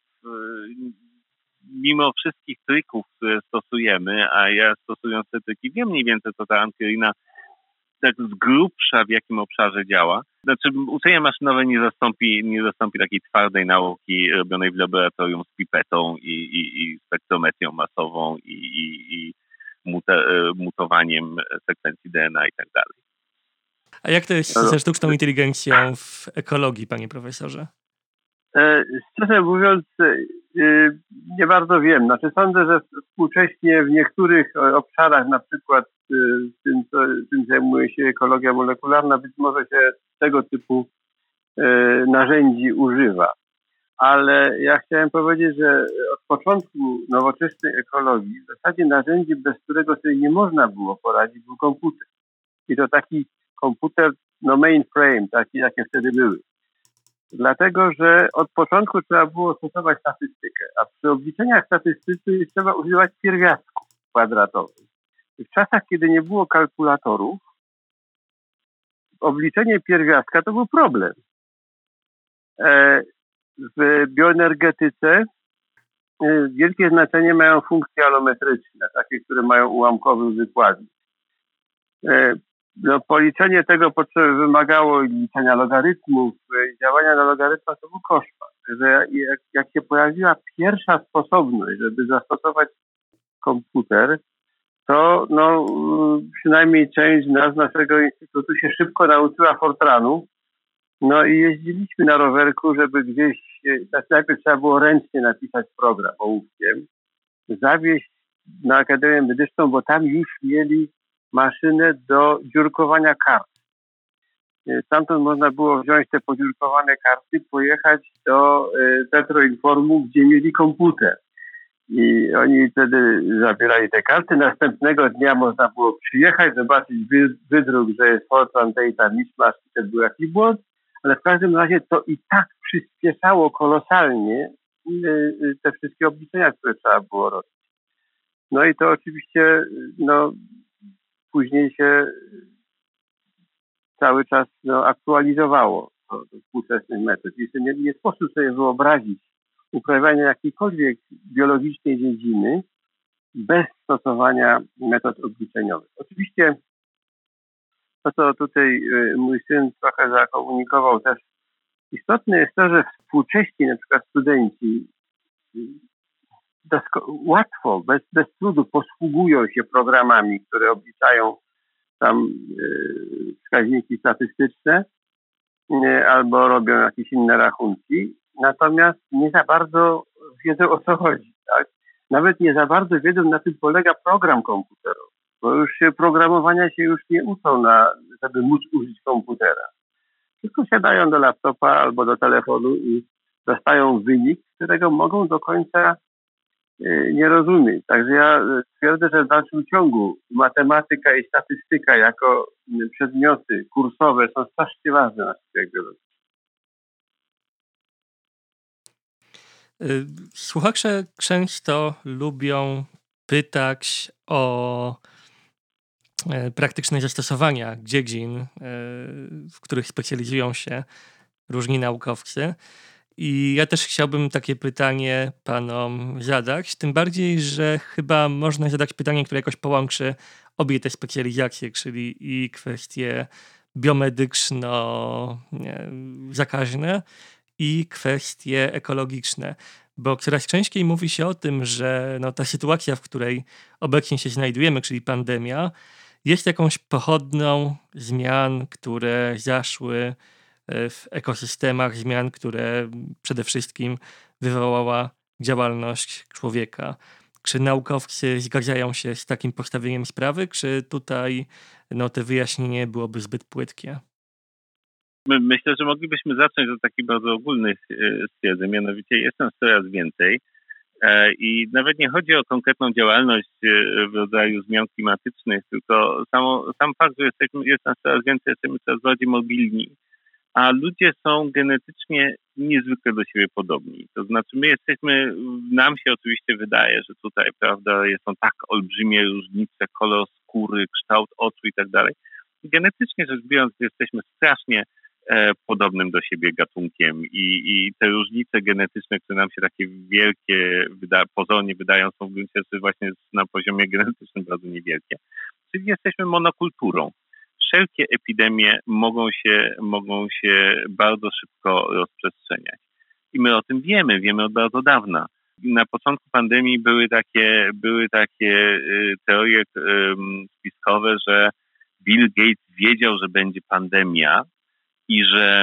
mimo wszystkich trików, które stosujemy, a ja stosując te triki wiem mniej więcej, co ta ankylina tak z grubsza w jakim obszarze działa. Znaczy uczenie maszynowe nie zastąpi takiej twardej nauki robionej w laboratorium z pipetą i spektrometrią masową i mutowaniem sekwencji DNA i tak dalej. A jak to jest ze sztuczną inteligencją w ekologii, panie profesorze? Szczerze mówiąc, nie bardzo wiem. Znaczy sądzę, że współcześnie w niektórych obszarach, na przykład tym zajmuje się ekologia molekularna, być może się tego typu narzędzi używa. Ale ja chciałem powiedzieć, że od początku nowoczesnej ekologii w zasadzie narzędzie, bez którego sobie nie można było poradzić, był komputer. I to taki komputer, mainframe, taki jakie wtedy były. Dlatego, że od początku trzeba było stosować statystykę, a przy obliczeniach statystycznych trzeba używać pierwiastków kwadratowych. W czasach, kiedy nie było kalkulatorów, obliczenie pierwiastka to był problem. W bioenergetyce wielkie znaczenie mają funkcje alometryczne, takie, które mają ułamkowy wykładnik. Policzenie tego wymagało liczenia logarytmów. Działania na logarytmach to był koszmar. Że jak się pojawiła pierwsza sposobność, żeby zastosować komputer, to przynajmniej część z naszego instytutu się szybko nauczyła Fortranu. No i jeździliśmy na rowerku, żeby gdzieś, najpierw trzeba było ręcznie napisać program ołówkiem, zawieźć na Akademię Medyczną, bo tam już mieli maszynę do dziurkowania kart. Stamtąd można było wziąć te podziurkowane karty, pojechać do Petroinformu, gdzie mieli komputer. I oni wtedy zabierali te karty. Następnego dnia można było przyjechać, zobaczyć wydruk, że jest Fortran Data Mismatch, to był jakiś błąd, ale w każdym razie to i tak przyspieszało kolosalnie te wszystkie obliczenia, które trzeba było robić. No i to oczywiście później się cały czas aktualizowało do współczesnych metod. Nie sposób sobie wyobrazić uprawiania jakiejkolwiek biologicznej dziedziny bez stosowania metod obliczeniowych. Oczywiście to, co tutaj mój syn trochę zakomunikował też, istotne jest to, że współcześni na przykład studenci łatwo, bez trudu posługują się programami, które obliczają tam wskaźniki statystyczne albo robią jakieś inne rachunki, natomiast nie za bardzo wiedzą, o co chodzi. Tak? Nawet nie za bardzo wiedzą, na czym polega program komputerowy, bo już programowania się już nie uczą, żeby móc użyć komputera. Tylko siadają do laptopa albo do telefonu i dostają wynik, którego mogą do końca nie rozumieć. Także ja twierdzę, że w dalszym ciągu matematyka i statystyka jako przedmioty kursowe są strasznie ważne na studiach biologii. Słuchacze często lubią pytać o praktyczne zastosowania dziedzin, w których specjalizują się różni naukowcy. I ja też chciałbym takie pytanie panom zadać, tym bardziej, że chyba można zadać pytanie, które jakoś połączy obie te specjalizacje, czyli i kwestie biomedyczno-zakaźne i kwestie ekologiczne. Bo coraz częściej mówi się o tym, że ta sytuacja, w której obecnie się znajdujemy, czyli pandemia, jest jakąś pochodną zmian, które zaszły w ekosystemach, zmian, które przede wszystkim wywołała działalność człowieka. Czy naukowcy zgadzają się z takim postawieniem sprawy, czy tutaj te wyjaśnienie byłoby zbyt płytkie? Myślę, że moglibyśmy zacząć od takich bardzo ogólnych stwierdzeń, mianowicie jest nas coraz więcej i nawet nie chodzi o konkretną działalność w rodzaju zmian klimatycznych, tylko sam fakt, że jest nas coraz więcej, jesteśmy coraz bardziej mobilni, a ludzie są genetycznie niezwykle do siebie podobni. To znaczy nam się oczywiście wydaje, że tutaj, prawda, są tak olbrzymie różnice, kolor skóry, kształt oczu i tak dalej. Genetycznie rzecz biorąc, jesteśmy strasznie podobnym do siebie gatunkiem i te różnice genetyczne, które nam się takie wielkie pozornie wydają, są w gruncie rzeczy właśnie na poziomie genetycznym bardzo niewielkie. Czyli jesteśmy monokulturą. Wszelkie epidemie mogą się bardzo szybko rozprzestrzeniać. I my o tym wiemy od bardzo dawna. Na początku pandemii były takie teorie spiskowe, że Bill Gates wiedział, że będzie pandemia i że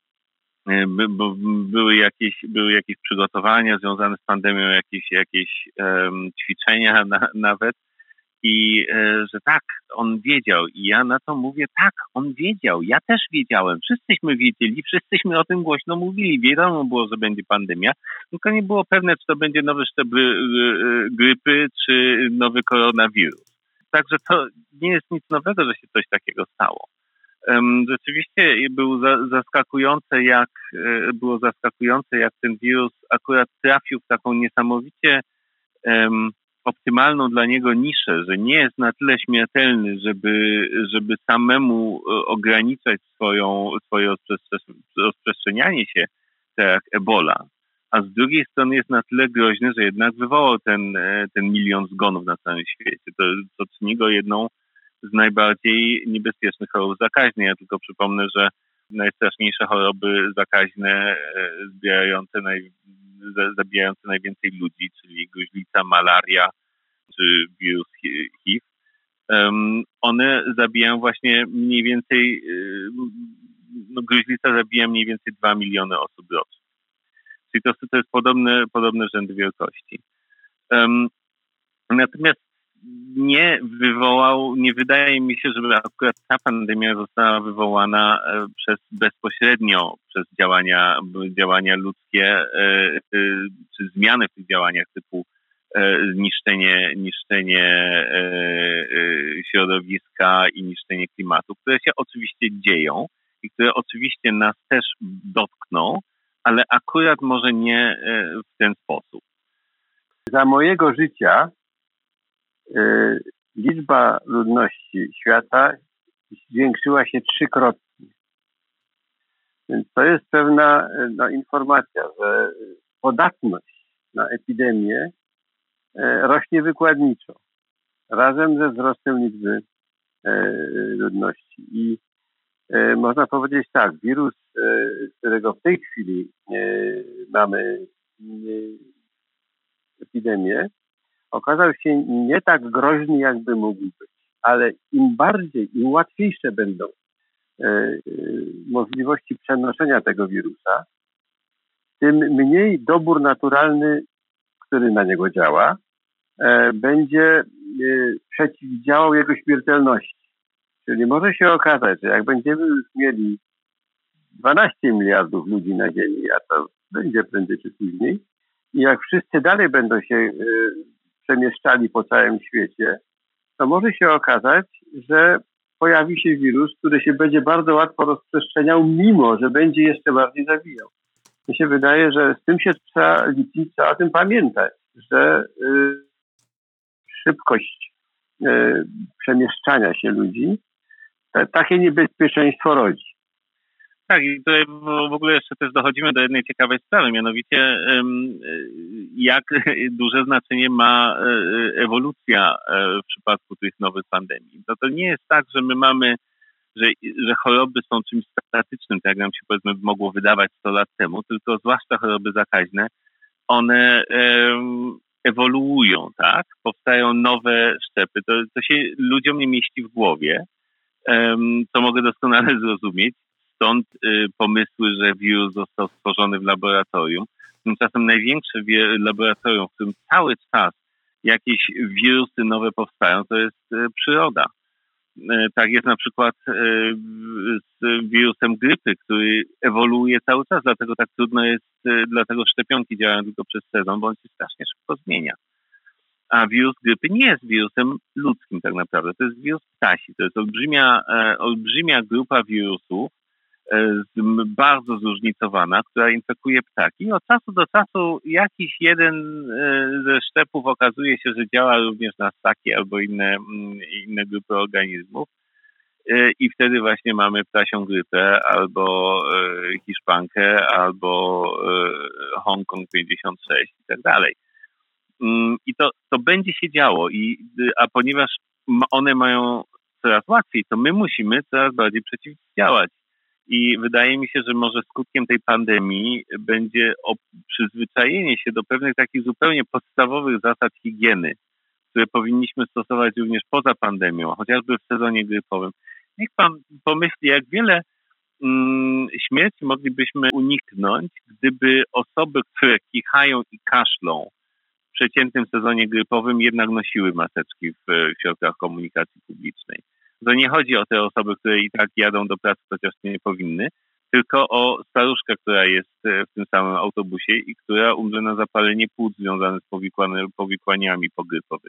były jakieś przygotowania związane z pandemią, jakieś ćwiczenia nawet. I że tak, on wiedział. I ja na to mówię, tak, on wiedział. Ja też wiedziałem. Wszyscyśmy wiedzieli, wszyscyśmy o tym głośno mówili. Wiadomo było, że będzie pandemia, tylko nie było pewne, czy to będzie nowy szczep grypy, czy nowy koronawirus. Także to nie jest nic nowego, że się coś takiego stało. Rzeczywiście było zaskakujące, jak ten wirus akurat trafił w taką niesamowicie optymalną dla niego niszę, że nie jest na tyle śmiertelny, żeby samemu ograniczać swoje rozprzestrzenianie się, tak jak Ebola, a z drugiej strony jest na tyle groźny, że jednak wywołał ten 1 milion zgonów na całym świecie. To czyni go jedną z najbardziej niebezpiecznych chorób zakaźnych. Ja tylko przypomnę, że najstraszniejsze choroby zakaźne zabijające najwięcej ludzi, czyli gruźlica, malaria czy wirus HIV, one zabijają właśnie mniej więcej, gruźlica zabija mniej więcej 2 miliony osób rocznie. Czyli to jest podobne rzędy wielkości. Natomiast nie wydaje mi się, żeby akurat ta pandemia została wywołana bezpośrednio przez działania ludzkie, czy zmiany w tych działaniach typu niszczenie środowiska i niszczenie klimatu, które się oczywiście dzieją i które oczywiście nas też dotkną, ale akurat może nie w ten sposób. Za mojego życia liczba ludności świata zwiększyła się 3-krotnie. Więc to jest pewna informacja, że podatność na epidemię rośnie wykładniczo razem ze wzrostem liczby ludności. I można powiedzieć tak, wirus, którego w tej chwili mamy epidemię, okazał się nie tak groźny, jakby mógł być. Ale im łatwiejsze będą możliwości przenoszenia tego wirusa, tym mniej dobór naturalny, który na niego działa, będzie przeciwdziałał jego śmiertelności. Czyli może się okazać, że jak będziemy już mieli 12 miliardów ludzi na Ziemi, a to będzie prędzej czy później, i jak wszyscy dalej będą się przemieszczali po całym świecie, to może się okazać, że pojawi się wirus, który się będzie bardzo łatwo rozprzestrzeniał, mimo że będzie jeszcze bardziej zabijał. Mi się wydaje, że z tym się trzeba liczyć, trzeba o tym pamiętać, że szybkość przemieszczania się ludzi takie niebezpieczeństwo rodzi. Tak, i tutaj w ogóle jeszcze też dochodzimy do jednej ciekawej sprawy, mianowicie jak duże znaczenie ma ewolucja w przypadku tych nowych pandemii. To nie jest tak, że my mamy, że choroby są czymś statycznym, tak jak nam się powiedzmy mogło wydawać 100 lat temu, tylko zwłaszcza choroby zakaźne, one ewoluują, tak? Powstają nowe szczepy. To się ludziom nie mieści w głowie, co mogę doskonale zrozumieć. Stąd pomysły, że wirus został stworzony w laboratorium. Tymczasem największe laboratorium, w którym cały czas jakieś wirusy nowe powstają, to jest przyroda. Tak jest na przykład z wirusem grypy, który ewoluuje cały czas, dlatego tak trudno jest, dlatego szczepionki działają tylko przez sezon, bo on się strasznie szybko zmienia. A wirus grypy nie jest wirusem ludzkim tak naprawdę, to jest wirus ptasi, to jest olbrzymia grupa wirusów, bardzo zróżnicowana, która infekuje ptaki. Od czasu do czasu jakiś jeden ze szczepów okazuje się, że działa również na ssaki albo inne grupy organizmów i wtedy właśnie mamy ptasią grypę albo hiszpankę albo Hongkong 56 i tak dalej. I to będzie się działo, a ponieważ one mają coraz łatwiej, to my musimy coraz bardziej przeciwdziałać. I wydaje mi się, że może skutkiem tej pandemii będzie przyzwyczajenie się do pewnych takich zupełnie podstawowych zasad higieny, które powinniśmy stosować również poza pandemią, chociażby w sezonie grypowym. Niech pan pomyśli, jak wiele śmierci moglibyśmy uniknąć, gdyby osoby, które kichają i kaszlą w przeciętnym sezonie grypowym jednak nosiły maseczki w środkach komunikacji publicznej. To nie chodzi o te osoby, które i tak jadą do pracy, chociaż nie powinny, tylko o staruszkę, która jest w tym samym autobusie i która umrze na zapalenie płuc związane z powikłaniami pogrypowymi.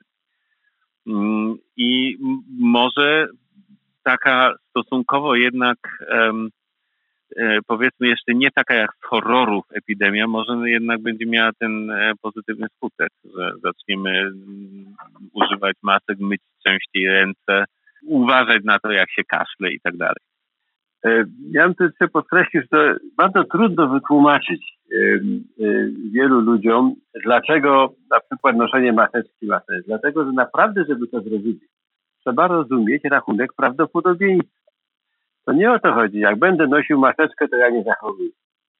I może taka stosunkowo jednak, powiedzmy jeszcze nie taka jak z horrorów epidemia, może jednak będzie miała ten pozytywny skutek, że zaczniemy używać masek, myć częściej ręce, uważać na to, jak się kaszle i tak dalej. Ja bym tu chcę podkreślić, że to bardzo trudno wytłumaczyć wielu ludziom, dlaczego na przykład noszenie maseczki ma sens. Dlatego, że naprawdę, żeby to zrozumieć, trzeba rozumieć rachunek prawdopodobieństwa. To nie o to chodzi. Jak będę nosił maseczkę, to ja nie zachoruję.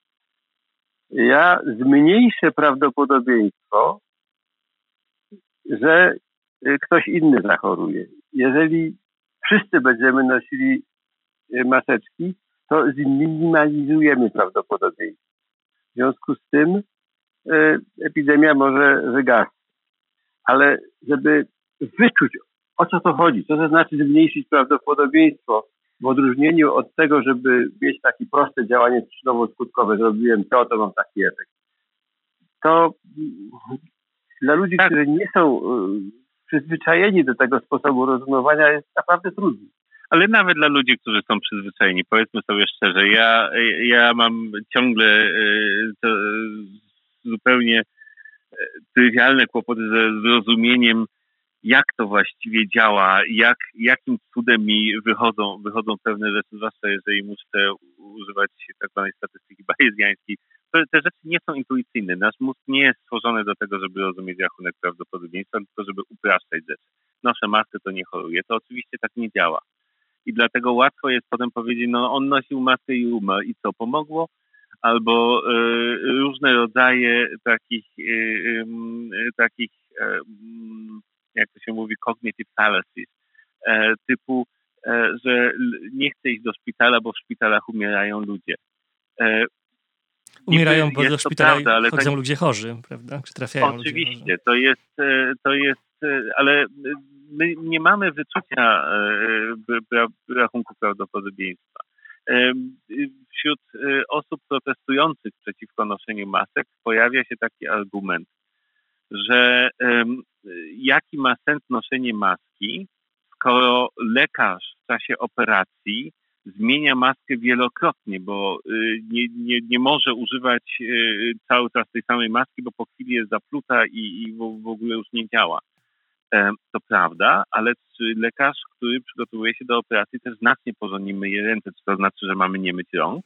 Ja zmniejszę prawdopodobieństwo, że ktoś inny zachoruje. Jeżeli wszyscy będziemy nosili maseczki, to zminimalizujemy prawdopodobieństwo. W związku z tym epidemia może wygasnąć. Ale żeby wyczuć, o co to chodzi, co to znaczy zmniejszyć prawdopodobieństwo, w odróżnieniu od tego, żeby mieć takie proste działanie przyczynowo-skutkowe, zrobiłem to mam taki efekt. To dla ludzi, którzy nie są przyzwyczajeni do tego sposobu rozumowania, jest naprawdę trudne. Ale nawet dla ludzi, którzy są przyzwyczajeni, powiedzmy sobie szczerze, ja mam ciągle zupełnie trywialne kłopoty ze zrozumieniem jak to właściwie działa, jakim cudem mi wychodzą pewne rzeczy, zwłaszcza jeżeli muszę używać tak zwanej statystyki bayesiańskiej. Te rzeczy nie są intuicyjne. Nasz mózg nie jest stworzony do tego, żeby rozumieć rachunek prawdopodobieństwa, tylko żeby upraszczać rzeczy. Noszę maskę, to nie choruję. To oczywiście tak nie działa. I dlatego łatwo jest potem powiedzieć, no on nosił maskę i umarł. I co, pomogło? Albo różne rodzaje takich jak to się mówi, cognitive fallacies, typu, że nie chcę iść do szpitala, bo w szpitalach umierają ludzie. Umierają, bo do szpitala prawda, ale chodzą ludzie chorzy, prawda? Czy trafiają oczywiście, ludzie chorzy? to jest, ale my nie mamy wyczucia rachunku prawdopodobieństwa. Wśród osób protestujących przeciwko noszeniu masek pojawia się taki argument, że jaki ma sens noszenie maski, skoro lekarz w czasie operacji zmienia maskę wielokrotnie, bo nie może używać cały czas tej samej maski, bo po chwili jest zapluta i w ogóle już nie działa. To prawda, ale czy lekarz, który przygotowuje się do operacji, też znacznie porządnie myje ręce, czy to znaczy, że mamy nie myć rąk?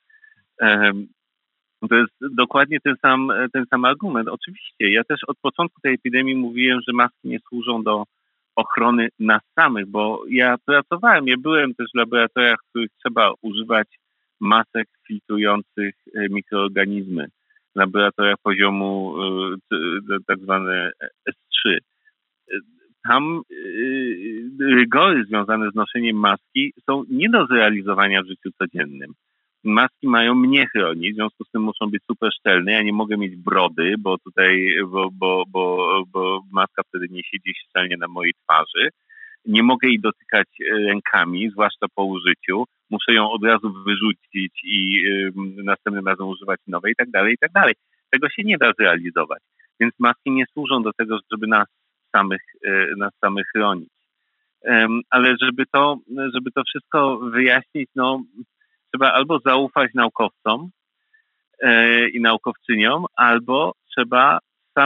To jest dokładnie ten sam argument. Oczywiście, ja też od początku tej epidemii mówiłem, że maski nie służą do ochrony nas samych, bo ja byłem też w laboratoriach, w których trzeba używać masek filtrujących mikroorganizmy. Laboratoria poziomu tak zwane S3. Tam rygory związane z noszeniem maski są nie do zrealizowania w życiu codziennym. Maski mają mnie chronić, w związku z tym muszą być super szczelne. Ja nie mogę mieć brody, bo maska wtedy nie siedzi szczelnie na mojej twarzy. Nie mogę jej dotykać rękami, zwłaszcza po użyciu. Muszę ją od razu wyrzucić i następnym razem używać nowej i tak dalej, i tak dalej. Tego się nie da zrealizować. Więc maski nie służą do tego, żeby nas samych chronić. Ale żeby to wszystko wyjaśnić, no trzeba albo zaufać naukowcom i naukowczyniom, albo trzeba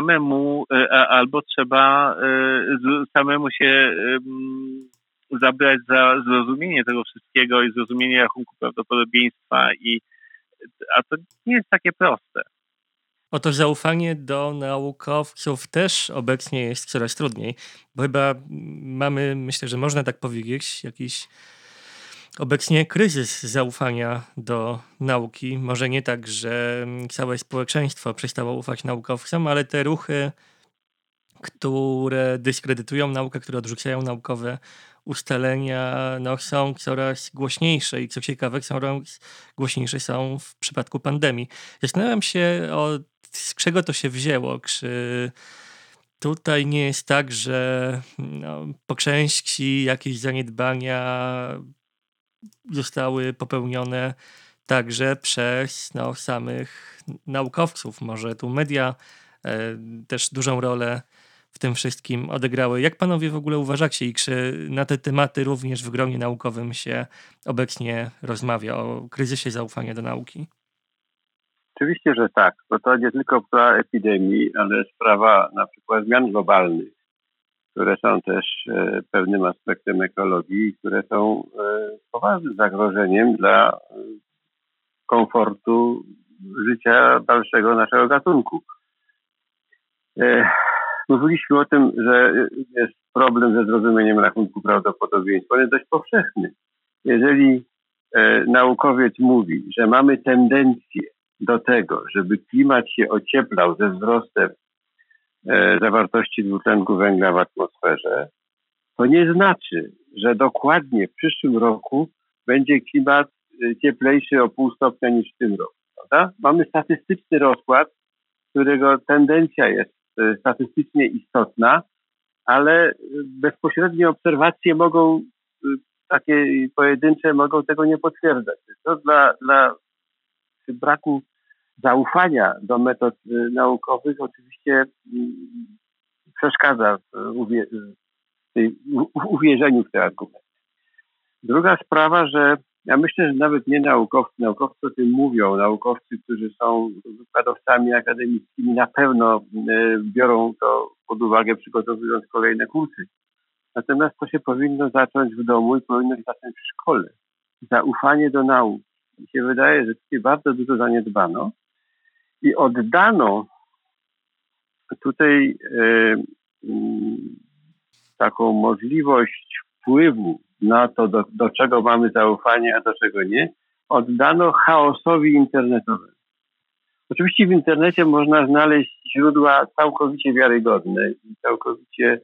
samemu się zabrać za zrozumienie tego wszystkiego i zrozumienie rachunku prawdopodobieństwa, a to nie jest takie proste. Oto zaufanie do naukowców też obecnie jest coraz trudniej, bo chyba mamy, myślę, że można tak powiedzieć, jakiś obecnie kryzys zaufania do nauki. Może nie tak, że całe społeczeństwo przestało ufać naukowcom, ale te ruchy, które dyskredytują naukę, które odrzucają naukowe ustalenia, no, są coraz głośniejsze i co ciekawe, coraz głośniejsze są w przypadku pandemii. Zastanawiam się, z czego to się wzięło. Czy tutaj nie jest tak, że po części jakieś zaniedbania zostały popełnione także przez samych naukowców. Może tu media też dużą rolę w tym wszystkim odegrały. Jak panowie w ogóle uważacie i czy na te tematy również w gronie naukowym się obecnie rozmawia o kryzysie zaufania do nauki? Oczywiście, że tak, bo to nie tylko sprawa epidemii, ale sprawa na przykład zmian globalnych, które są też pewnym aspektem ekologii, które są poważnym zagrożeniem dla komfortu życia dalszego naszego gatunku. Mówiliśmy o tym, że jest problem ze zrozumieniem rachunku prawdopodobieństwa. On jest dość powszechny. Jeżeli naukowiec mówi, że mamy tendencję do tego, żeby klimat się ocieplał ze wzrostem zawartości dwutlenku węgla w atmosferze, to nie znaczy, że dokładnie w przyszłym roku będzie klimat cieplejszy o 0,5 stopnia niż w tym roku. Prawda? Mamy statystyczny rozkład, którego tendencja jest statystycznie istotna, ale bezpośrednie obserwacje takie pojedyncze mogą tego nie potwierdzać. To dla braku zaufania do metod naukowych oczywiście przeszkadza w uwierzeniu w te argumenty. Druga sprawa, że Ja myślę, że nawet nie naukowcy. Naukowcy o tym mówią. Naukowcy, którzy są wykładowcami akademickimi, na pewno biorą to pod uwagę, przygotowując kolejne kursy. Natomiast to się powinno zacząć w domu i powinno się zacząć w szkole. Zaufanie do nauki. Mi się wydaje, że tutaj bardzo dużo zaniedbano i oddano tutaj taką możliwość wpływu na to, do czego mamy zaufanie, a do czego nie, oddano chaosowi internetowemu. Oczywiście w internecie można znaleźć źródła całkowicie wiarygodne i całkowicie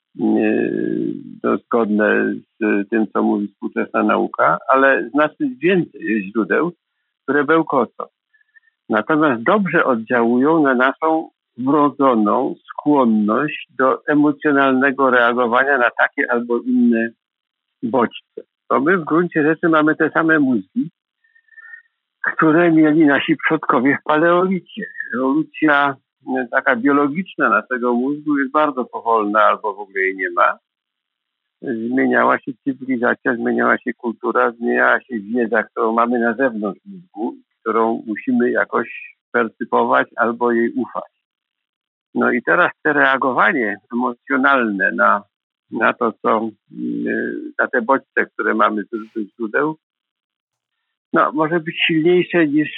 zgodne z tym, co mówi współczesna nauka, ale znacznie więcej jest źródeł, które bełkocą. Natomiast dobrze oddziałują na naszą wrodzoną skłonność do emocjonalnego reagowania na takie albo inne bodźce. To my w gruncie rzeczy mamy te same mózgi, które mieli nasi przodkowie w paleolicie. Ewolucja taka biologiczna naszego mózgu jest bardzo powolna albo w ogóle jej nie ma. Zmieniała się cywilizacja, zmieniała się kultura, zmieniała się wiedza, którą mamy na zewnątrz mózgu, którą musimy jakoś percypować albo jej ufać. No i teraz te reagowanie emocjonalne na to, na te bodźce, które mamy z różnych źródeł, no, może być silniejsze niż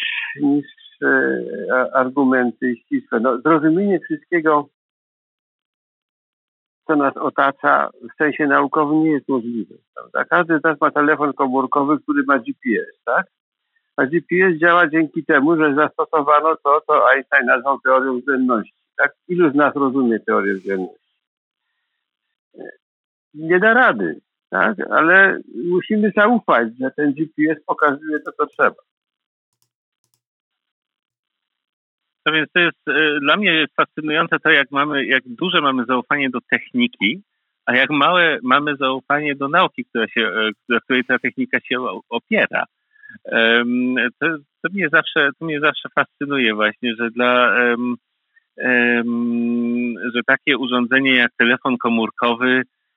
argumenty ścisłe. No, zrozumienie wszystkiego, co nas otacza, w sensie naukowym nie jest możliwe. Prawda? Każdy z nas ma telefon komórkowy, który ma GPS, tak? A GPS działa dzięki temu, że zastosowano to, co Einstein nazwał teorią względności. Tak? Ilu z nas rozumie teorię względności? Nie da rady, tak? Ale musimy zaufać, że ten GPS pokazuje to, co trzeba. No więc to jest dla mnie jest fascynujące to, jak duże mamy zaufanie do techniki, a jak małe mamy zaufanie do nauki, na której ta technika się opiera. To mnie zawsze fascynuje właśnie, że takie urządzenie jak telefon komórkowy,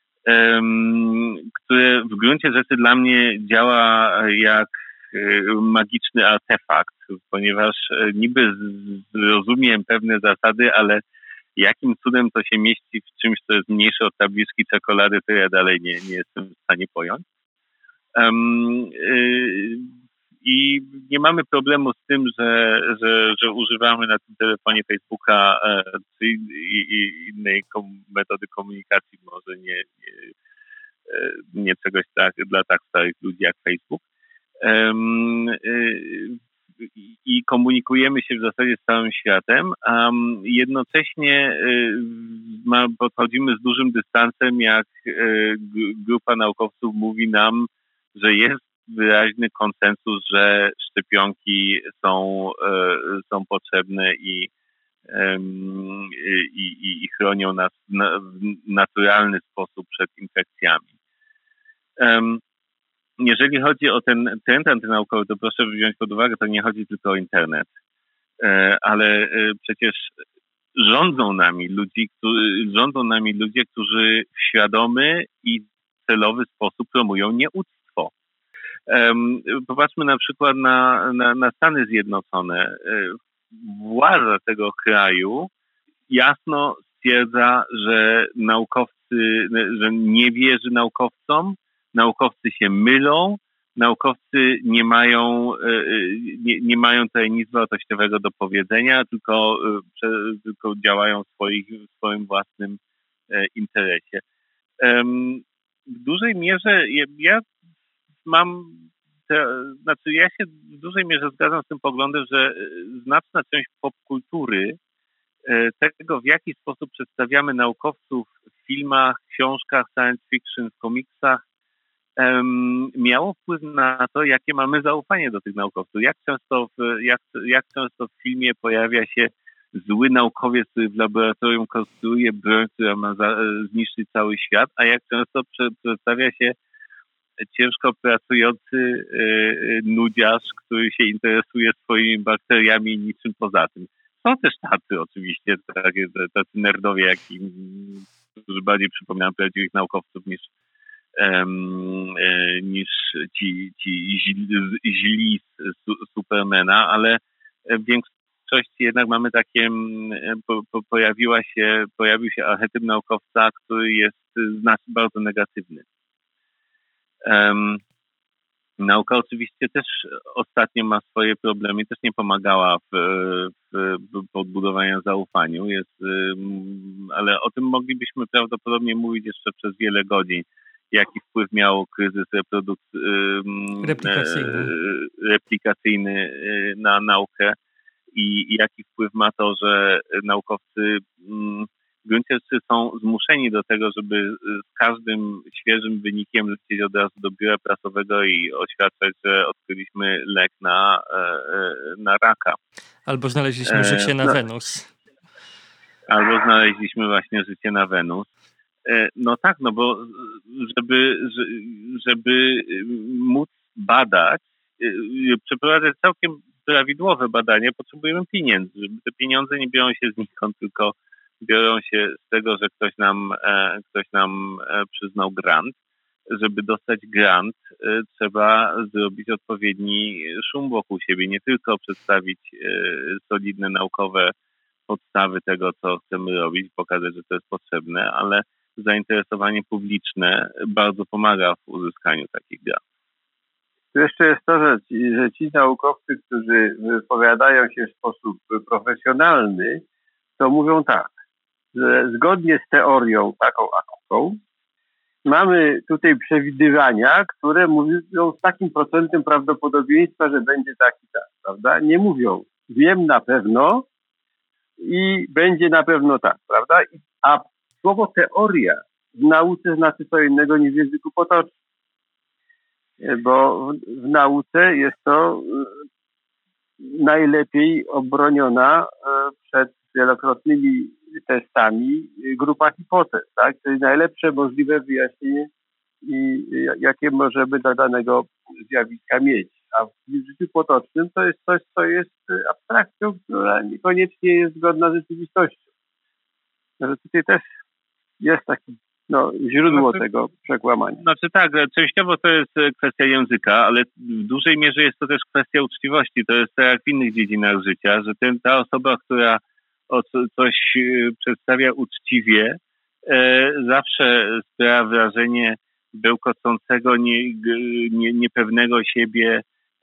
które w gruncie rzeczy dla mnie działa jak magiczny artefakt, ponieważ niby zrozumiem pewne zasady, ale jakim cudem to się mieści w czymś, co jest mniejsze od tabliczki czekolady, to ja dalej nie jestem w stanie pojąć. I nie mamy problemu z tym, że używamy na tym telefonie Facebooka czy innej metody komunikacji, może nie czegoś dla tak starych ludzi jak Facebook. I komunikujemy się w zasadzie z całym światem, a jednocześnie podchodzimy z dużym dystansem, jak grupa naukowców mówi nam, że jest wyraźny konsensus, że szczepionki są potrzebne i chronią nas w naturalny sposób przed infekcjami. Jeżeli chodzi o ten trend antynaukowy, to proszę wziąć pod uwagę, to nie chodzi tylko o internet, ale przecież rządzą nami ludzie, którzy w świadomy i celowy sposób promują nieuctwo. Popatrzmy na przykład na Stany Zjednoczone. Władza tego kraju jasno stwierdza, że że nie wierzy naukowcom, naukowcy się mylą, naukowcy nie mają tutaj nic wartościowego do powiedzenia, tylko działają w swoim własnym interesie. W dużej mierze ja się w dużej mierze zgadzam z tym poglądem, że znaczna część popkultury, tego w jaki sposób przedstawiamy naukowców w filmach, książkach, science fiction, w komiksach, miało wpływ na to, jakie mamy zaufanie do tych naukowców. Jak często w filmie pojawia się zły naukowiec, który w laboratorium konstruuje broń, która ma zniszczyć cały świat, a jak często przedstawia się ciężko pracujący nudziarz, który się interesuje swoimi bakteriami i niczym poza tym. Są też tacy oczywiście, tacy nerdowie, którzy bardziej przypominają prawdziwych naukowców niż ci źli z Supermana, ale w większości jednak mamy takie, pojawił się archetyp naukowca, który jest z nas bardzo negatywny. Nauka oczywiście też ostatnio ma swoje problemy, też nie pomagała w podbudowaniu zaufaniu, ale o tym moglibyśmy prawdopodobnie mówić jeszcze przez wiele godzin. Jaki wpływ miał kryzys replikacyjny na naukę i jaki wpływ ma to, że naukowcy w gruncie rzeczy są zmuszeni do tego, żeby z każdym świeżym wynikiem lecieć od razu do biura prasowego i oświadczać, że odkryliśmy lek na raka. Albo znaleźliśmy życie na Wenus. Albo znaleźliśmy właśnie życie na Wenus. No tak, no bo żeby móc badać, przeprowadzać całkiem prawidłowe badania, potrzebujemy pieniędzy. Żeby te pieniądze nie biorą się znikąd, tylko biorą się z tego, że ktoś nam przyznał grant. Żeby dostać grant, trzeba zrobić odpowiedni szum wokół siebie, nie tylko przedstawić solidne naukowe podstawy tego, co chcemy robić, pokazać, że to jest potrzebne, ale zainteresowanie publiczne bardzo pomaga w uzyskaniu takich grantów. Tu jeszcze jest to, że ci naukowcy, którzy wypowiadają się w sposób profesjonalny, to mówią tak, że zgodnie z teorią taką a taką mamy tutaj przewidywania, które mówią z takim procentem prawdopodobieństwa, że będzie tak i tak, prawda? Nie mówią, wiem na pewno i będzie na pewno tak, prawda? A słowo teoria w nauce znaczy co innego niż w języku potocznym. Bo w nauce jest to najlepiej obroniona przed wielokrotnymi testami grupa hipotez, tak? To jest najlepsze możliwe wyjaśnienie, jakie możemy dla danego zjawiska mieć. A w życiu potocznym to jest coś, co jest abstrakcją, która niekoniecznie jest zgodna z rzeczywistością. Także tutaj też jest taki źródło tego przekłamania. Znaczy tak, częściowo to jest kwestia języka, ale w dużej mierze jest to też kwestia uczciwości. To jest tak jak w innych dziedzinach życia, że ta osoba, która coś przedstawia uczciwie, zawsze sprawia wrażenie bełkocącego, niepewnego siebie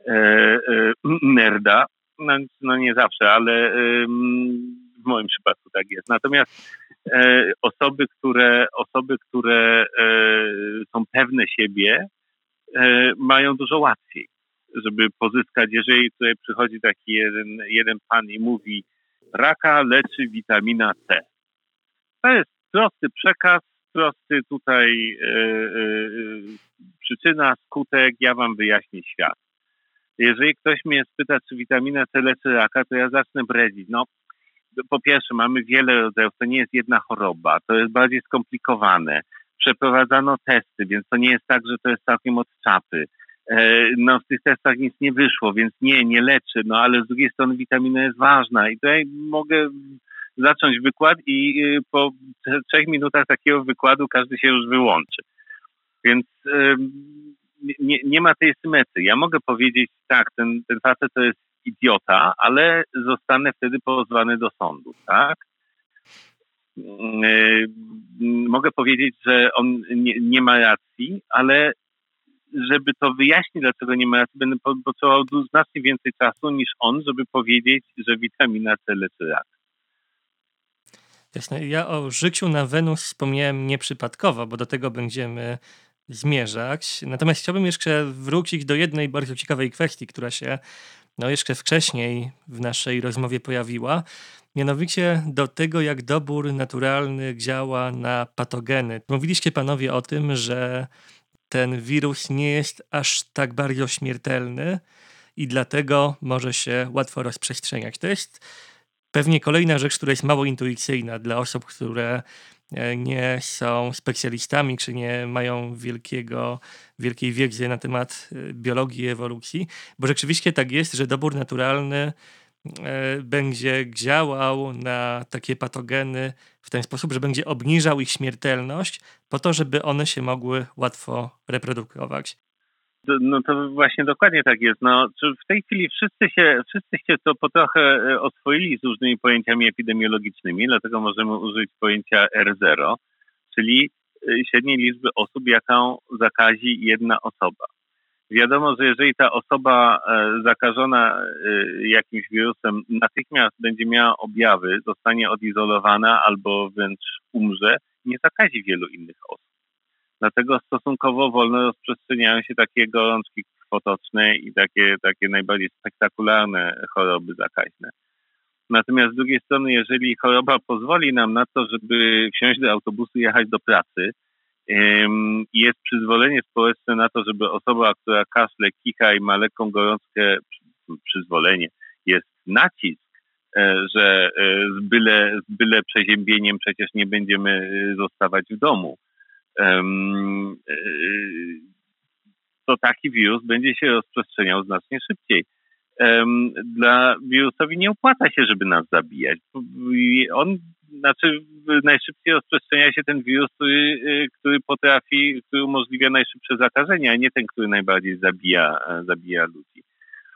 nerda. No nie zawsze, ale w moim przypadku tak jest. Natomiast osoby, które są pewne siebie, mają dużo łatwiej, żeby pozyskać, jeżeli tutaj przychodzi taki jeden pan i mówi, raka leczy witamina C. To jest prosty przekaz, prosty tutaj przyczyna, skutek, ja wam wyjaśnię świat. Jeżeli ktoś mnie spyta, czy witamina C leczy raka, to ja zacznę bredzić. No, po pierwsze, mamy wiele rodzajów, to nie jest jedna choroba, to jest bardziej skomplikowane. Przeprowadzano testy, więc to nie jest tak, że to jest całkiem od czapy. No w tych testach nic nie wyszło, więc nie leczy, no ale z drugiej strony witamina jest ważna i tutaj mogę zacząć wykład i po 3 minutach takiego wykładu każdy się już wyłączy. Więc nie ma tej symetrii. Ja mogę powiedzieć tak, ten facet to jest idiota, ale zostanę wtedy pozwany do sądu, tak? Mogę powiedzieć, że on nie ma racji, ale żeby to wyjaśnić, dlaczego nie ma racji, będę potrzebował znacznie więcej czasu niż on, żeby powiedzieć, że witamina C leczy rak. Jasne. Ja o życiu na Wenus wspomniałem nieprzypadkowo, bo do tego będziemy zmierzać. Natomiast chciałbym jeszcze wrócić do jednej bardzo ciekawej kwestii, która się jeszcze wcześniej w naszej rozmowie pojawiła. Mianowicie do tego, jak dobór naturalny działa na patogeny. Mówiliście panowie o tym, że ten wirus nie jest aż tak bardzo śmiertelny i dlatego może się łatwo rozprzestrzeniać. To jest pewnie kolejna rzecz, która jest mało intuicyjna dla osób, które nie są specjalistami, czy nie mają wielkiej wiedzy na temat biologii i ewolucji, bo rzeczywiście tak jest, że dobór naturalny będzie działał na takie patogeny w ten sposób, że będzie obniżał ich śmiertelność po to, żeby one się mogły łatwo reprodukować. No to właśnie dokładnie tak jest. No, w tej chwili wszyscy się to po trochę oswoili z różnymi pojęciami epidemiologicznymi, dlatego możemy użyć pojęcia R0, czyli średniej liczby osób, jaką zakazi jedna osoba. Wiadomo, że jeżeli ta osoba zakażona jakimś wirusem natychmiast będzie miała objawy, zostanie odizolowana albo wręcz umrze, nie zakazi wielu innych osób. Dlatego stosunkowo wolno rozprzestrzeniają się takie gorączki krwotoczne i takie najbardziej spektakularne choroby zakaźne. Natomiast z drugiej strony, jeżeli choroba pozwoli nam na to, żeby wsiąść do autobusu i jechać do pracy, i jest przyzwolenie społeczne na to, żeby osoba, która kaszle, kicha i ma lekką gorączkę, przyzwolenie, jest nacisk, że z byle przeziębieniem przecież nie będziemy zostawać w domu, to taki wirus będzie się rozprzestrzeniał znacznie szybciej. Dla wirusowi nie opłaca się, żeby nas zabijać. Najszybciej rozprzestrzenia się ten wirus, który umożliwia najszybsze zakażenie, a nie ten, który najbardziej zabija ludzi.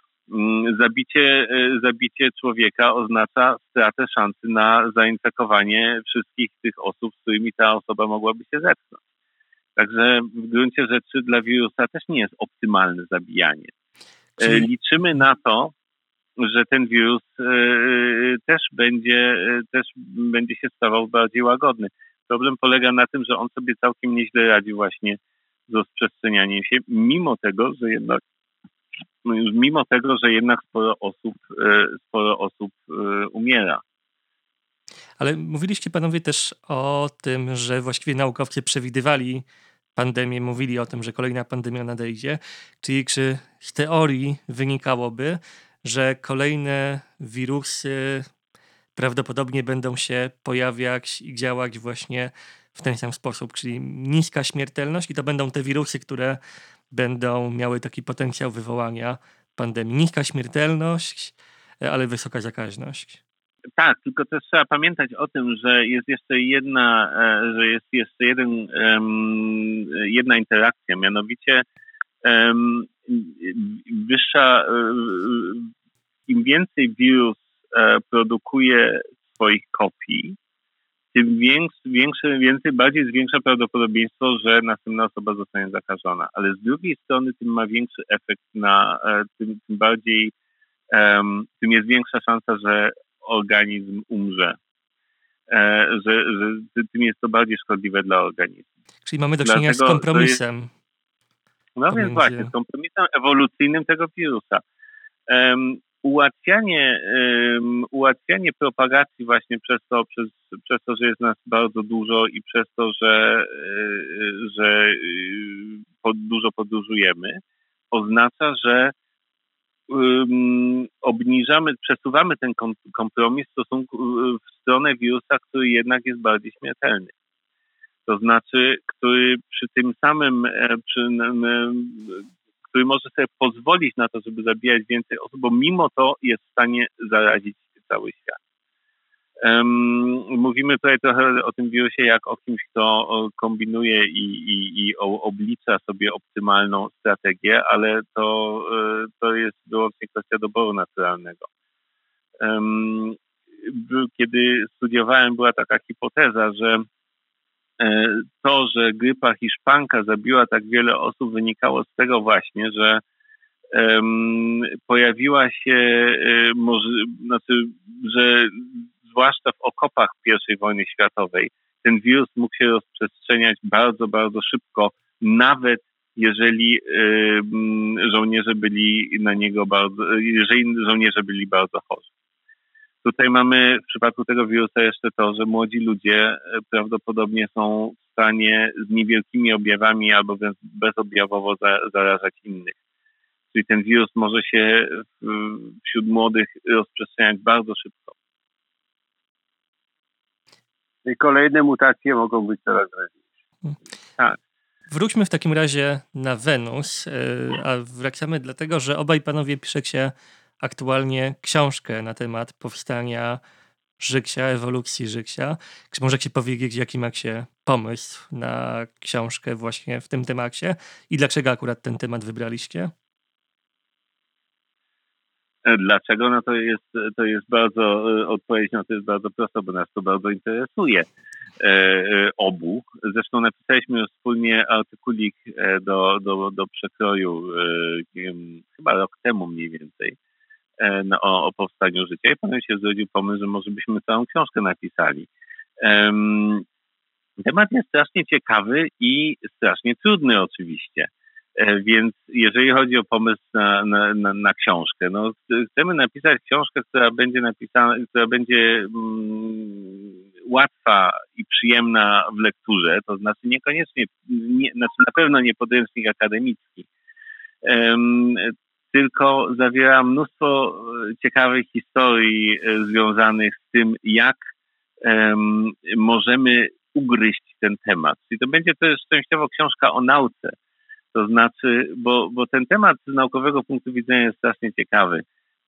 Zabicie człowieka oznacza stratę szansy na zainfekowanie wszystkich tych osób, z którymi ta osoba mogłaby się zetknąć. Także w gruncie rzeczy dla wirusa też nie jest optymalne zabijanie. Liczymy na to, że ten wirus też będzie się stawał bardziej łagodny. Problem polega na tym, że on sobie całkiem nieźle radzi właśnie z rozprzestrzenianiem się, mimo tego, że jednak sporo osób umiera. Ale mówiliście panowie też o tym, że właściwie naukowcy przewidywali pandemię, mówili o tym, że kolejna pandemia nadejdzie. Czyli czy z teorii wynikałoby, że kolejne wirusy prawdopodobnie będą się pojawiać i działać właśnie w ten sam sposób, czyli niska śmiertelność i to będą te wirusy, które będą miały taki potencjał wywołania pandemii. Niska śmiertelność, ale wysoka zakaźność. Tak, tylko też trzeba pamiętać o tym, że jest jeszcze jedna interakcja, mianowicie im więcej wirus produkuje swoich kopii, tym bardziej zwiększa prawdopodobieństwo, że następna osoba zostanie zakażona. Ale z drugiej strony tym ma większy efekt tym jest większa szansa, że organizm umrze. Że tym jest to bardziej szkodliwe dla organizmu. Czyli mamy do czynienia z kompromisem. No więc właśnie, z kompromisem ewolucyjnym tego wirusa. Ułatwianie propagacji właśnie przez to, że jest nas bardzo dużo i przez to, że dużo podróżujemy, oznacza, że przesuwamy ten kompromis w stronę wirusa, który jednak jest bardziej śmiertelny. To znaczy, który przy tym samym, który może sobie pozwolić na to, żeby zabijać więcej osób, bo mimo to jest w stanie zarazić cały świat. Mówimy tutaj trochę o tym wirusie jak o kimś, kto kombinuje i oblicza sobie optymalną strategię, ale to jest wyłącznie kwestia doboru naturalnego. Kiedy studiowałem, była taka hipoteza, że to, że grypa hiszpanka zabiła tak wiele osób, wynikało z tego właśnie, że pojawiła się, że zwłaszcza w okopach I wojny światowej ten wirus mógł się rozprzestrzeniać bardzo, bardzo szybko, nawet jeżeli żołnierze byli bardzo chorzy. Tutaj mamy w przypadku tego wirusa jeszcze to, że młodzi ludzie prawdopodobnie są w stanie z niewielkimi objawami albo wręcz bezobjawowo zarażać innych. Czyli ten wirus może się wśród młodych rozprzestrzeniać bardzo szybko. I kolejne mutacje mogą być coraz groźniejsze. Tak. Wróćmy w takim razie na Wenus, a wracamy dlatego, że obaj panowie piszecie aktualnie książkę na temat powstania Żyksia, ewolucji Żyksia. Czy możecie powiedzieć, jaki macie pomysł na książkę właśnie w tym temacie i dlaczego akurat ten temat wybraliście? Dlaczego? No to jest bardzo, odpowiedź na to jest bardzo prosta, bo nas to bardzo interesuje obu. Zresztą napisaliśmy już wspólnie artykulik do przekroju chyba rok temu mniej więcej o powstaniu życia i potem się zrodził pomysł, że może byśmy całą książkę napisali. Temat jest strasznie ciekawy i strasznie trudny oczywiście. Więc jeżeli chodzi o pomysł na książkę, no chcemy napisać książkę, która będzie napisana, która będzie łatwa i przyjemna w lekturze, to znaczy niekoniecznie, znaczy na pewno nie podręcznik akademicki, tylko zawiera mnóstwo ciekawych historii związanych z tym, jak możemy ugryźć ten temat. Czyli to będzie też częściowo książka o nauce. To znaczy, bo ten temat z naukowego punktu widzenia jest strasznie ciekawy.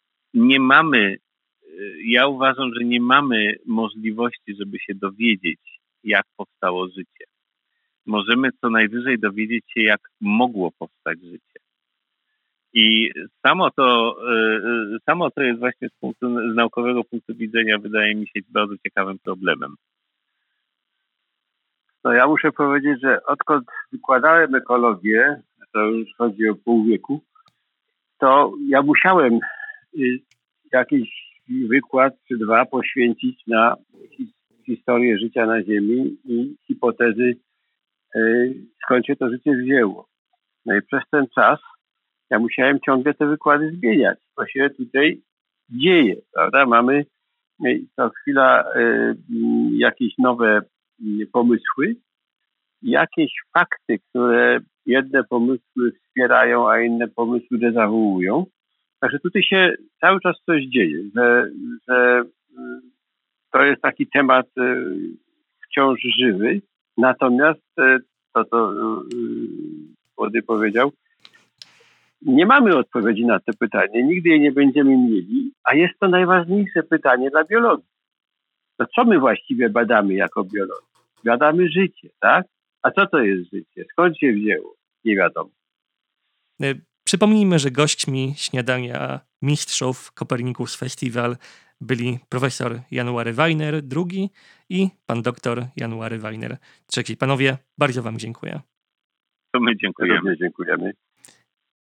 Ja uważam, że nie mamy możliwości, żeby się dowiedzieć, jak powstało życie. Możemy co najwyżej dowiedzieć się, jak mogło powstać życie. I samo to jest właśnie z naukowego punktu widzenia, wydaje mi się, bardzo ciekawym problemem. No ja muszę powiedzieć, że odkąd wykładałem ekologię, to już chodzi o pół wieku, to ja musiałem jakiś wykład czy dwa poświęcić na historię życia na Ziemi i hipotezy, skąd się to życie wzięło. No i przez ten czas ja musiałem ciągle te wykłady zmieniać. To się tutaj dzieje, prawda? Mamy co chwila jakieś nowe pomysły, jakieś fakty, które jedne pomysły wspierają, a inne pomysły dezawuują. Także tutaj się cały czas coś dzieje, że to jest taki temat wciąż żywy. Natomiast to Włody powiedział, nie mamy odpowiedzi na to pytanie, nigdy jej nie będziemy mieli, a jest to najważniejsze pytanie dla biologii. To co my właściwie badamy jako biolodzy? Badamy życie, tak? A co to jest życie? Skąd się wzięło? Nie wiadomo. Przypomnijmy, że gośćmi śniadania mistrzów Copernicus Festival byli profesor January Weiner II i pan doktor January Weiner III. Panowie, bardzo wam dziękuję. To my dziękujemy. Dziękujemy.